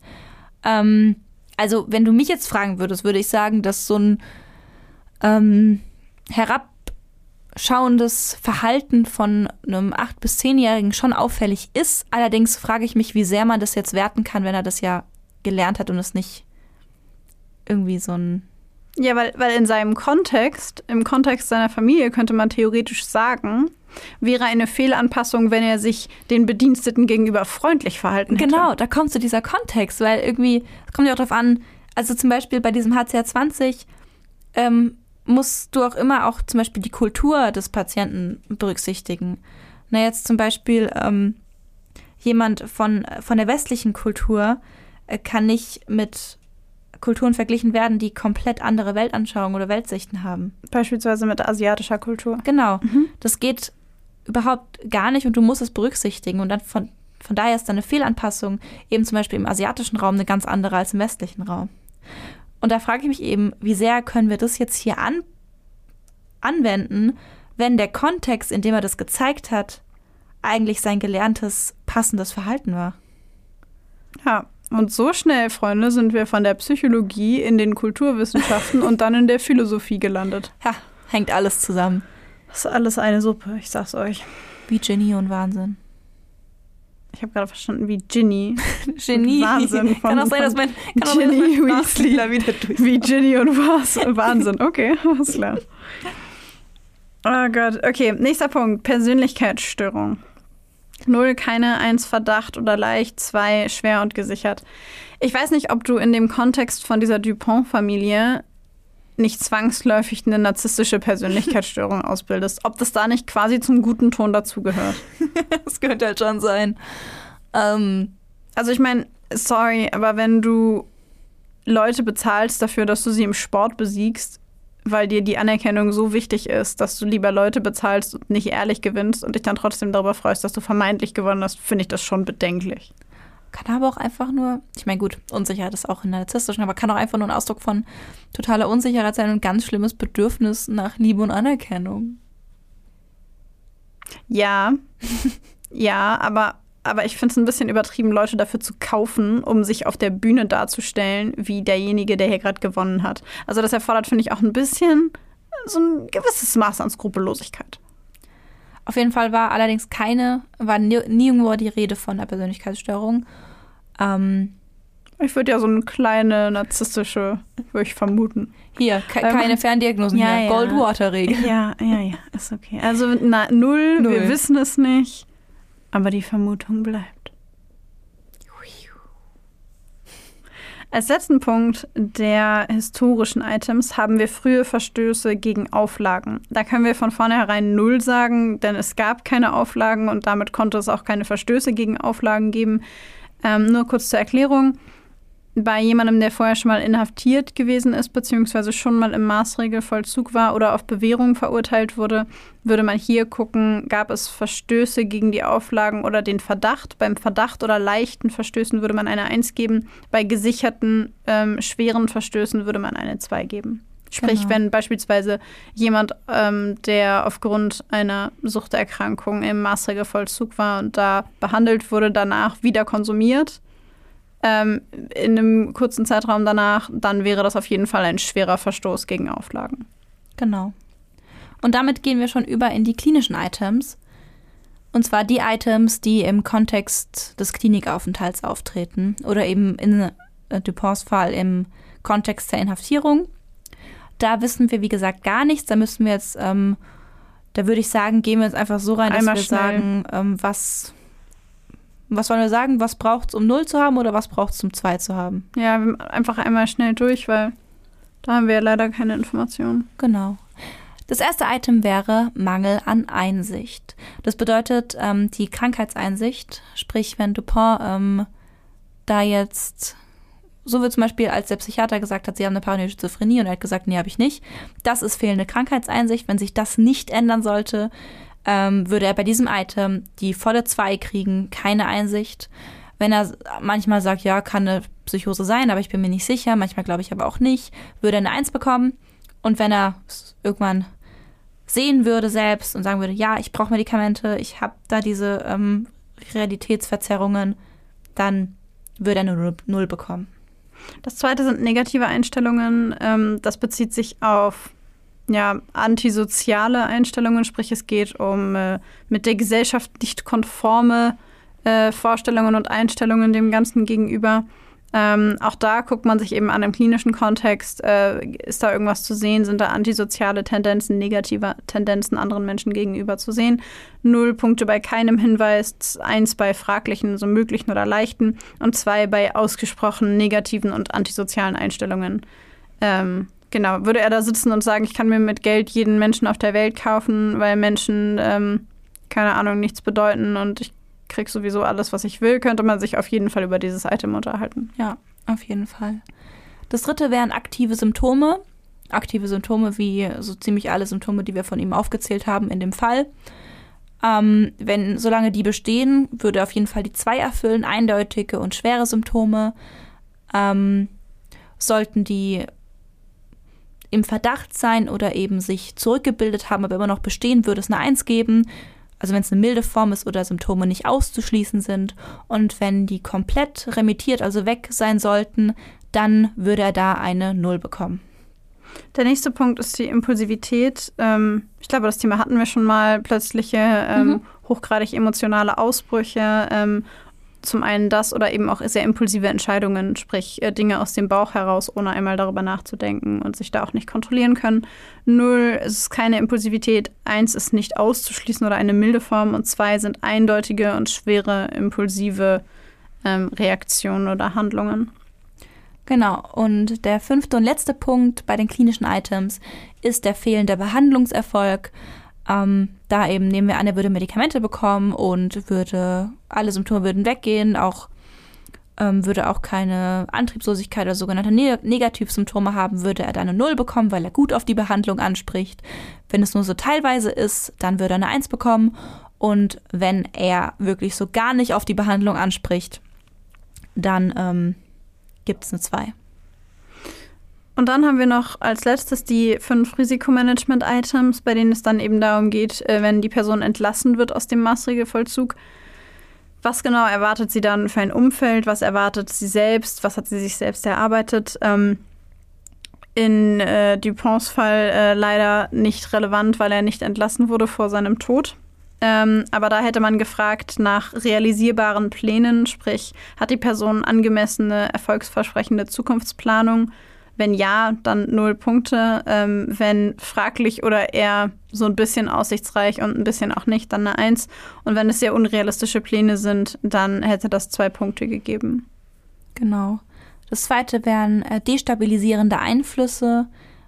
Also, wenn du mich jetzt fragen würdest, würde ich sagen, dass so ein herabschauendes Verhalten von einem 8- bis 10-Jährigen schon auffällig ist. Allerdings frage ich mich, wie sehr man das jetzt werten kann, wenn er das ja gelernt hat und es nicht irgendwie so ein... Ja, weil in seinem Kontext, im Kontext seiner Familie könnte man theoretisch sagen, wäre eine Fehlanpassung, wenn er sich den Bediensteten gegenüber freundlich verhalten hätte. Genau, da kommt so dieser Kontext, weil irgendwie, es kommt ja auch drauf an, also zum Beispiel bei diesem HCR20 musst du auch immer auch zum Beispiel die Kultur des Patienten berücksichtigen. Na, jetzt zum Beispiel jemand von der westlichen Kultur kann nicht mit Kulturen verglichen werden, die komplett andere Weltanschauungen oder Weltsichten haben. Beispielsweise mit asiatischer Kultur. Genau. Das geht überhaupt gar nicht und du musst es berücksichtigen. Und dann von daher ist dann eine Fehlanpassung eben zum Beispiel im asiatischen Raum eine ganz andere als im westlichen Raum. Und da frage ich mich eben, wie sehr können wir das jetzt hier anwenden, wenn der Kontext, in dem er das gezeigt hat, eigentlich sein gelerntes, passendes Verhalten war. Ja, und so schnell, Freunde, sind wir von der Psychologie in den Kulturwissenschaften und dann in der Philosophie gelandet. Ja, hängt alles zusammen. Das ist alles eine Suppe, ich sag's euch. Wie Genie und Wahnsinn. Ich habe gerade verstanden, wie Ginny. Genie. Wahnsinn. Kann auch sein, dass mein Ginny Weasley wieder durch. Wie Ginny und Wahnsinn. Okay, alles klar. Oh Gott. Okay, nächster Punkt. Persönlichkeitsstörung. 0, keine, 1 Verdacht oder leicht, 2 schwer und gesichert. Ich weiß nicht, ob du in dem Kontext von dieser Dupont-Familie nicht zwangsläufig eine narzisstische Persönlichkeitsstörung ausbildest. Ob das da nicht quasi zum guten Ton dazugehört. Das könnte halt schon sein. Also ich meine, sorry, aber wenn du Leute bezahlst dafür, dass du sie im Sport besiegst, weil dir die Anerkennung so wichtig ist, dass du lieber Leute bezahlst und nicht ehrlich gewinnst und dich dann trotzdem darüber freust, dass du vermeintlich gewonnen hast, finde ich das schon bedenklich. Kann aber auch einfach nur, ich meine gut, Unsicherheit ist auch in der narzisstischen, aber kann auch einfach nur ein Ausdruck von totaler Unsicherheit sein und ein ganz schlimmes Bedürfnis nach Liebe und Anerkennung. Ja, ja, aber ich finde es ein bisschen übertrieben, Leute dafür zu kaufen, um sich auf der Bühne darzustellen, wie derjenige, der hier gerade gewonnen hat. Also das erfordert, finde ich, auch ein bisschen so ein gewisses Maß an Skrupellosigkeit. Auf jeden Fall war allerdings nirgendwo die Rede von einer Persönlichkeitsstörung. Ich würde ja so eine kleine narzisstische, würde ich vermuten. Hier, keine Ferndiagnosen ja, hier. Ja. Goldwater-Regel. Ja, ist okay. Also 0, wir wissen es nicht, aber die Vermutung bleibt. Als letzten Punkt der historischen Items haben wir frühe Verstöße gegen Auflagen. Da können wir von vornherein 0 sagen, denn es gab keine Auflagen und damit konnte es auch keine Verstöße gegen Auflagen geben. Nur kurz zur Erklärung. Bei jemandem, der vorher schon mal inhaftiert gewesen ist, beziehungsweise schon mal im Maßregelvollzug war oder auf Bewährung verurteilt wurde, würde man hier gucken, gab es Verstöße gegen die Auflagen oder den Verdacht. Beim Verdacht oder leichten Verstößen würde man eine 1 geben. Bei gesicherten, schweren Verstößen würde man eine 2 geben. Sprich, Genau. Wenn beispielsweise jemand, der aufgrund einer Suchterkrankung im Maßregelvollzug war und da behandelt wurde, danach wieder konsumiert, in einem kurzen Zeitraum danach, dann wäre das auf jeden Fall ein schwerer Verstoß gegen Auflagen. Genau. Und damit gehen wir schon über in die klinischen Items. Und zwar die Items, die im Kontext des Klinikaufenthalts auftreten oder eben in Duponts Fall im Kontext der Inhaftierung. Da wissen wir, wie gesagt, gar nichts. Da müssen wir jetzt, da würde ich sagen, gehen wir jetzt einfach so rein, dass Einmal wir schnell sagen, was wollen wir sagen? Was braucht es, um 0 zu haben oder was braucht es, um 2 zu haben? Ja, einfach einmal schnell durch, weil da haben wir ja leider keine Informationen. Genau. Das erste Item wäre Mangel an Einsicht. Das bedeutet die Krankheitseinsicht, sprich wenn Dupont da jetzt, so wie zum Beispiel als der Psychiater gesagt hat, sie haben eine paranoide Schizophrenie und er hat gesagt, nee, habe ich nicht. Das ist fehlende Krankheitseinsicht. Wenn sich das nicht ändern sollte, würde er bei diesem Item die volle 2 kriegen, keine Einsicht. Wenn er manchmal sagt, ja, kann eine Psychose sein, aber ich bin mir nicht sicher, manchmal glaube ich aber auch nicht, würde er eine 1 bekommen. Und wenn er es irgendwann sehen würde selbst und sagen würde, ja, ich brauche Medikamente, ich habe da diese Realitätsverzerrungen, dann würde er eine 0 bekommen. Das zweite sind negative Einstellungen. Das bezieht sich auf antisoziale Einstellungen, sprich es geht um mit der Gesellschaft nicht konforme Vorstellungen und Einstellungen dem Ganzen gegenüber. Auch da guckt man sich eben an im klinischen Kontext, ist da irgendwas zu sehen, sind da antisoziale Tendenzen, negative Tendenzen anderen Menschen gegenüber zu sehen. 0 Punkte bei keinem Hinweis, 1 bei fraglichen, so möglichen oder leichten und 2 bei ausgesprochen negativen und antisozialen Einstellungen. Genau, würde er da sitzen und sagen, ich kann mir mit Geld jeden Menschen auf der Welt kaufen, weil Menschen, keine Ahnung, nichts bedeuten und ich krieg sowieso alles, was ich will, könnte man sich auf jeden Fall über dieses Item unterhalten. Ja, auf jeden Fall. Das dritte wären aktive Symptome. Aktive Symptome wie so ziemlich alle Symptome, die wir von ihm aufgezählt haben in dem Fall. Solange die bestehen, würde auf jeden Fall die 2 erfüllen, eindeutige und schwere Symptome. Sollten die im Verdacht sein oder eben sich zurückgebildet haben, aber immer noch bestehen, würde es eine 1 geben. Also wenn es eine milde Form ist oder Symptome nicht auszuschließen sind. Und wenn die komplett remittiert, also weg sein sollten, dann würde er da eine 0 bekommen. Der nächste Punkt ist die Impulsivität. Ich glaube, das Thema hatten wir schon mal. Plötzliche, hochgradig emotionale Ausbrüche. Zum einen das oder eben auch sehr impulsive Entscheidungen, sprich Dinge aus dem Bauch heraus, ohne einmal darüber nachzudenken und sich da auch nicht kontrollieren können. 0 ist keine Impulsivität, 1 ist nicht auszuschließen oder eine milde Form und 2 sind eindeutige und schwere impulsive Reaktionen oder Handlungen. Genau, und der 5. und letzte Punkt bei den klinischen Items ist der fehlende Behandlungserfolg. Da eben nehmen wir an, er würde Medikamente bekommen und alle Symptome würden weggehen, würde auch keine Antriebslosigkeit oder sogenannte Negativsymptome haben, würde er dann eine 0 bekommen, weil er gut auf die Behandlung anspricht. Wenn es nur so teilweise ist, dann würde er eine 1 bekommen. Und wenn er wirklich so gar nicht auf die Behandlung anspricht, dann gibt es eine 2. Und dann haben wir noch als letztes die 5 Risikomanagement-Items, bei denen es dann eben darum geht, wenn die Person entlassen wird aus dem Maßregelvollzug. Was genau erwartet sie dann für ein Umfeld? Was erwartet sie selbst? Was hat sie sich selbst erarbeitet? In Duponts Fall leider nicht relevant, weil er nicht entlassen wurde vor seinem Tod. Aber da hätte man gefragt nach realisierbaren Plänen, sprich, hat die Person angemessene, erfolgsversprechende Zukunftsplanung? Wenn ja, dann 0 Punkte. Wenn fraglich oder eher so ein bisschen aussichtsreich und ein bisschen auch nicht, dann eine 1. Und wenn es sehr unrealistische Pläne sind, dann hätte das 2 Punkte gegeben. Das zweite wären destabilisierende Einflüsse.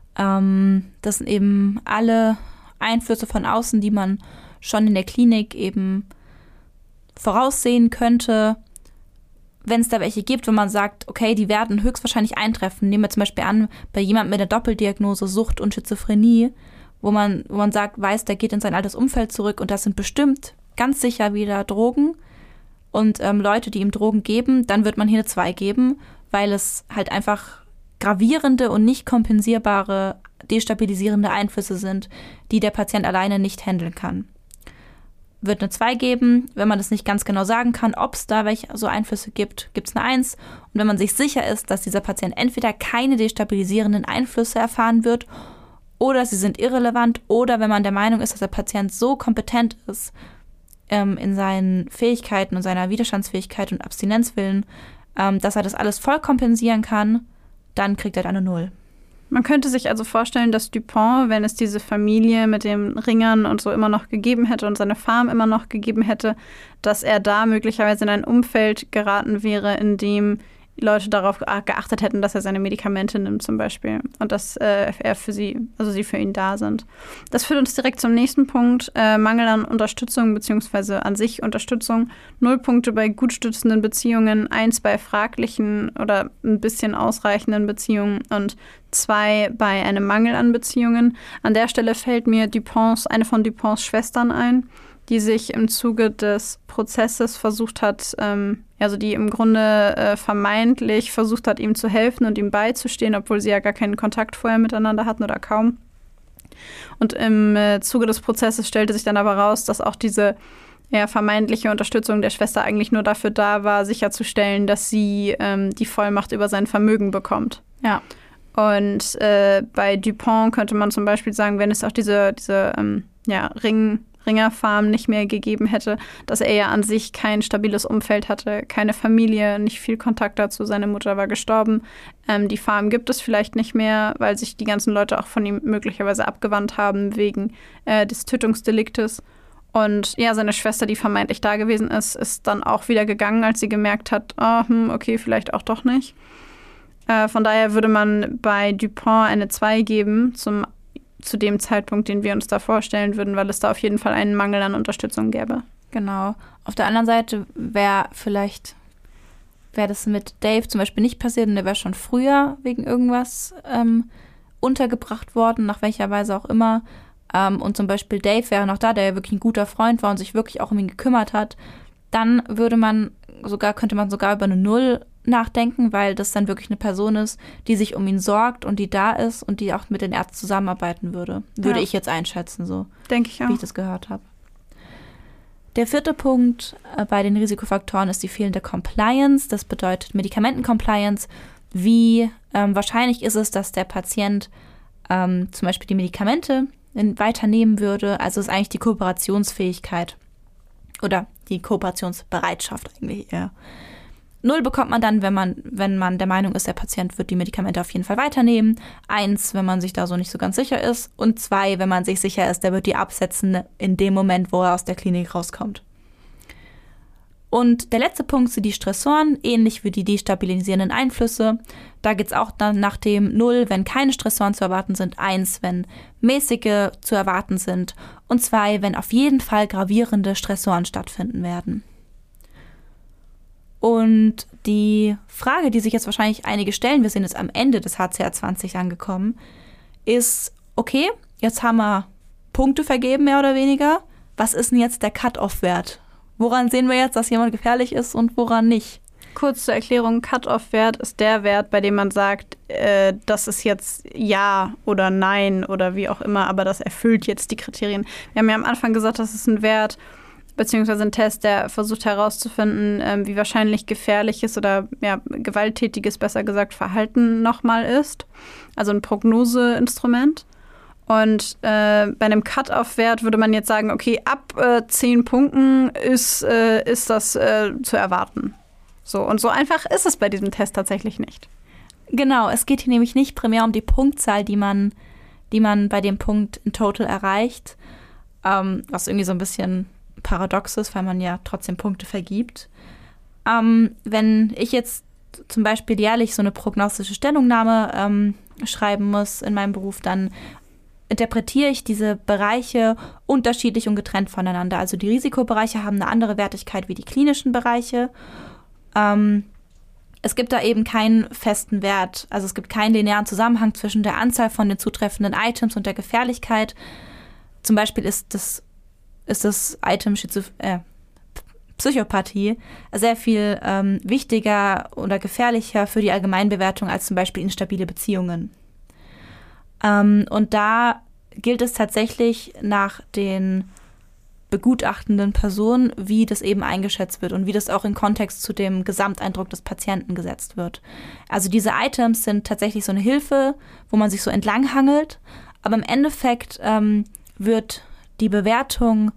Das sind eben alle Einflüsse von außen, die man schon in der Klinik eben voraussehen könnte. Wenn es da welche gibt, wo man sagt, okay, die werden höchstwahrscheinlich eintreffen. Nehmen wir zum Beispiel an, bei jemandem mit der Doppeldiagnose Sucht und Schizophrenie, wo man sagt, weiß, der geht in sein altes Umfeld zurück und das sind bestimmt ganz sicher wieder Drogen und Leute, die ihm Drogen geben, dann wird man hier eine 2 geben, weil es halt einfach gravierende und nicht kompensierbare, destabilisierende Einflüsse sind, die der Patient alleine nicht handeln kann. Wird eine 2 geben. Wenn man das nicht ganz genau sagen kann, ob es da welche so Einflüsse gibt, gibt es eine 1. Und wenn man sich sicher ist, dass dieser Patient entweder keine destabilisierenden Einflüsse erfahren wird oder sie sind irrelevant oder wenn man der Meinung ist, dass der Patient so kompetent ist in seinen Fähigkeiten und seiner Widerstandsfähigkeit und Abstinenzwillen, dass er das alles voll kompensieren kann, dann kriegt er eine 0. Man könnte sich also vorstellen, dass Dupont, wenn es diese Familie mit den Ringern und so immer noch gegeben hätte und seine Farm immer noch gegeben hätte, dass er da möglicherweise in ein Umfeld geraten wäre, in dem Leute darauf geachtet hätten, dass er seine Medikamente nimmt zum Beispiel und dass sie für ihn da sind. Das führt uns direkt zum nächsten Punkt, Mangel an Unterstützung bzw. an sich Unterstützung. 0 Punkte bei gut stützenden Beziehungen, 1 bei fraglichen oder ein bisschen ausreichenden Beziehungen und 2 bei einem Mangel an Beziehungen. An der Stelle fällt mir eine von Duponts Schwestern ein, die sich im Zuge des Prozesses versucht hat, die im Grunde vermeintlich versucht hat, ihm zu helfen und ihm beizustehen, obwohl sie ja gar keinen Kontakt vorher miteinander hatten oder kaum. Und im Zuge des Prozesses stellte sich dann aber raus, dass auch diese vermeintliche Unterstützung der Schwester eigentlich nur dafür da war, sicherzustellen, dass sie die Vollmacht über sein Vermögen bekommt. Ja. Und bei Dupont könnte man zum Beispiel sagen, wenn es auch diese Ringerfarm nicht mehr gegeben hätte, dass er ja an sich kein stabiles Umfeld hatte, keine Familie, nicht viel Kontakt dazu. Seine Mutter war gestorben. Die Farm gibt es vielleicht nicht mehr, weil sich die ganzen Leute auch von ihm möglicherweise abgewandt haben wegen des Tötungsdeliktes. Und ja, seine Schwester, die vermeintlich da gewesen ist, ist dann auch wieder gegangen, als sie gemerkt hat, okay, vielleicht auch doch nicht. Von daher würde man bei Dupont eine 2 geben zu dem Zeitpunkt, den wir uns da vorstellen würden, weil es da auf jeden Fall einen Mangel an Unterstützung gäbe. Genau. Auf der anderen Seite wäre das mit Dave zum Beispiel nicht passiert und der wäre schon früher wegen irgendwas untergebracht worden, nach welcher Weise auch immer. Und zum Beispiel Dave wäre noch da, der ja wirklich ein guter Freund war und sich wirklich auch um ihn gekümmert hat. Dann könnte man sogar über eine 0 nachdenken, weil das dann wirklich eine Person ist, die sich um ihn sorgt und die da ist und die auch mit den Ärzten zusammenarbeiten würde. Würde ich jetzt einschätzen, so. Denke ich auch. Wie ich das gehört habe. Der 4. Punkt bei den Risikofaktoren ist die fehlende Compliance. Das bedeutet Medikamentencompliance. Wie wahrscheinlich ist es, dass der Patient zum Beispiel die Medikamente weiternehmen würde? Also ist eigentlich die Kooperationsfähigkeit oder die Kooperationsbereitschaft eigentlich eher. 0 bekommt man dann, wenn man der Meinung ist, der Patient wird die Medikamente auf jeden Fall weiternehmen. 1, wenn man sich da so nicht so ganz sicher ist. Und 2, wenn man sich sicher ist, der wird die absetzen in dem Moment, wo er aus der Klinik rauskommt. Und der letzte Punkt sind die Stressoren, ähnlich wie die destabilisierenden Einflüsse. Da geht es auch dann nach dem 0, wenn keine Stressoren zu erwarten sind, 1, wenn mäßige zu erwarten sind und 2, wenn auf jeden Fall gravierende Stressoren stattfinden werden. Und die Frage, die sich jetzt wahrscheinlich einige stellen, wir sind jetzt am Ende des HCR20 angekommen, ist, okay, jetzt haben wir Punkte vergeben, mehr oder weniger. Was ist denn jetzt der Cut-Off-Wert? Woran sehen wir jetzt, dass jemand gefährlich ist und woran nicht? Kurz zur Erklärung, Cut-Off-Wert ist der Wert, bei dem man sagt, das ist jetzt Ja oder Nein oder wie auch immer, aber das erfüllt jetzt die Kriterien. Wir haben ja am Anfang gesagt, das ist ein Wert, beziehungsweise ein Test, der versucht herauszufinden, wie wahrscheinlich gefährliches oder gewalttätiges, besser gesagt, Verhalten nochmal ist. Also ein Prognoseinstrument. Und bei einem Cut-Off-Wert würde man jetzt sagen, okay, ab 10 Punkten ist das zu erwarten. So, und so einfach ist es bei diesem Test tatsächlich nicht. Genau, es geht hier nämlich nicht primär um die Punktzahl, die man bei dem Punkt in total erreicht, was irgendwie so ein bisschen paradox ist, weil man ja trotzdem Punkte vergibt. Wenn ich jetzt zum Beispiel jährlich so eine prognostische Stellungnahme schreiben muss in meinem Beruf, dann interpretiere ich diese Bereiche unterschiedlich und getrennt voneinander. Also die Risikobereiche haben eine andere Wertigkeit wie die klinischen Bereiche. Es gibt da eben keinen festen Wert. Also es gibt keinen linearen Zusammenhang zwischen der Anzahl von den zutreffenden Items und der Gefährlichkeit. Zum Beispiel ist das Item Psychopathie sehr viel wichtiger oder gefährlicher für die Allgemeinbewertung als zum Beispiel instabile Beziehungen. Und da gilt es tatsächlich nach den begutachtenden Personen, wie das eben eingeschätzt wird und wie das auch in Kontext zu dem Gesamteindruck des Patienten gesetzt wird. Also diese Items sind tatsächlich so eine Hilfe, wo man sich so entlanghangelt, aber im Endeffekt wird die Bewertung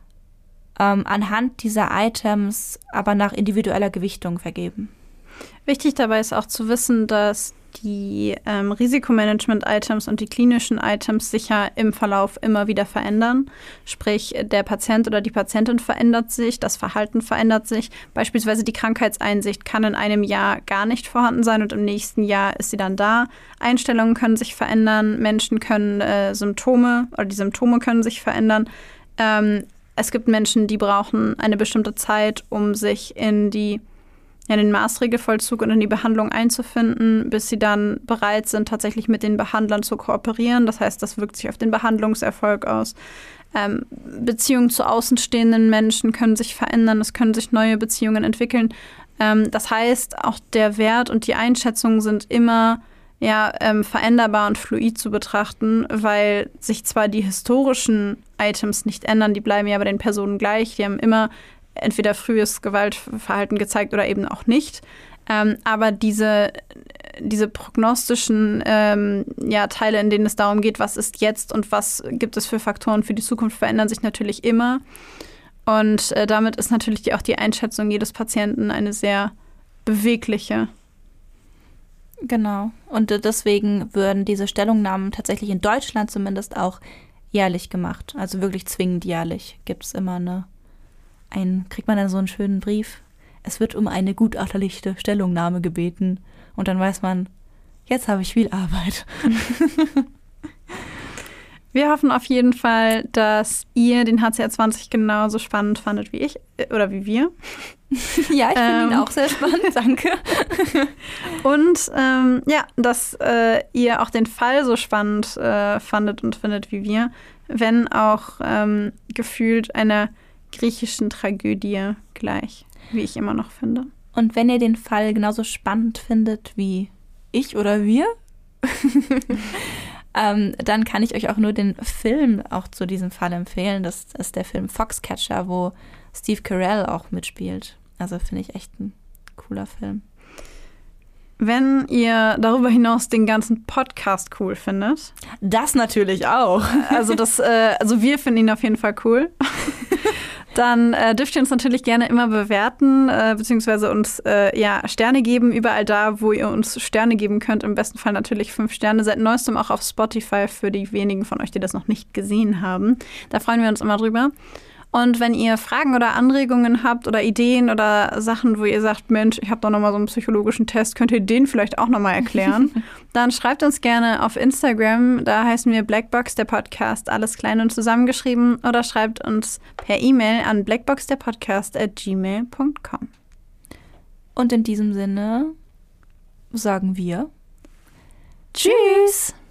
anhand dieser Items aber nach individueller Gewichtung vergeben. Wichtig dabei ist auch zu wissen, dass die Risikomanagement-Items und die klinischen Items sich ja im Verlauf immer wieder verändern. Sprich, der Patient oder die Patientin verändert sich, das Verhalten verändert sich. Beispielsweise die Krankheitseinsicht kann in einem Jahr gar nicht vorhanden sein und im nächsten Jahr ist sie dann da. Einstellungen können sich verändern, Menschen können die Symptome können sich verändern. Es gibt Menschen, die brauchen eine bestimmte Zeit, um sich in den Maßregelvollzug und in die Behandlung einzufinden, bis sie dann bereit sind, tatsächlich mit den Behandlern zu kooperieren. Das heißt, das wirkt sich auf den Behandlungserfolg aus. Beziehungen zu außenstehenden Menschen können sich verändern, es können sich neue Beziehungen entwickeln. Das heißt, auch der Wert und die Einschätzung sind immer veränderbar und fluid zu betrachten, weil sich zwar die historischen Items nicht ändern, die bleiben ja bei den Personen gleich, die haben immer entweder frühes Gewaltverhalten gezeigt oder eben auch nicht. Aber diese prognostischen Teile, in denen es darum geht, was ist jetzt und was gibt es für Faktoren für die Zukunft, verändern sich natürlich immer. Und damit ist natürlich auch die Einschätzung jedes Patienten eine sehr bewegliche. Genau. Und deswegen würden diese Stellungnahmen tatsächlich in Deutschland zumindest auch jährlich gemacht. Also wirklich zwingend jährlich gibt es immer kriegt man dann so einen schönen Brief. Es wird um eine gutachterliche Stellungnahme gebeten. Und dann weiß man, jetzt habe ich viel Arbeit. Wir hoffen auf jeden Fall, dass ihr den HCR20 genauso spannend fandet wie ich oder wie wir. Ja, ich finde ihn auch sehr spannend, danke. Und dass ihr auch den Fall so spannend fandet und findet wie wir, wenn auch gefühlt einer griechischen Tragödie gleich, wie ich immer noch finde. Und wenn ihr den Fall genauso spannend findet wie ich oder wir, dann kann ich euch auch nur den Film auch zu diesem Fall empfehlen. Das ist der Film Foxcatcher, wo Steve Carell auch mitspielt. Also finde ich echt ein cooler Film. Wenn ihr darüber hinaus den ganzen Podcast cool findet. Das natürlich auch. Also wir finden ihn auf jeden Fall cool. Dann dürft ihr uns natürlich gerne immer bewerten, beziehungsweise uns Sterne geben, überall da, wo ihr uns Sterne geben könnt. Im besten Fall natürlich 5 Sterne. Seit neuestem auch auf Spotify für die wenigen von euch, die das noch nicht gesehen haben. Da freuen wir uns immer drüber. Und wenn ihr Fragen oder Anregungen habt oder Ideen oder Sachen, wo ihr sagt, Mensch, ich habe doch noch mal so einen psychologischen Test, könnt ihr den vielleicht auch noch mal erklären, dann schreibt uns gerne auf Instagram, da heißen wir Blackbox, der Podcast, alles klein und zusammengeschrieben, oder schreibt uns per E-Mail an blackboxderpodcast@gmail.com. Und in diesem Sinne sagen wir Tschüss!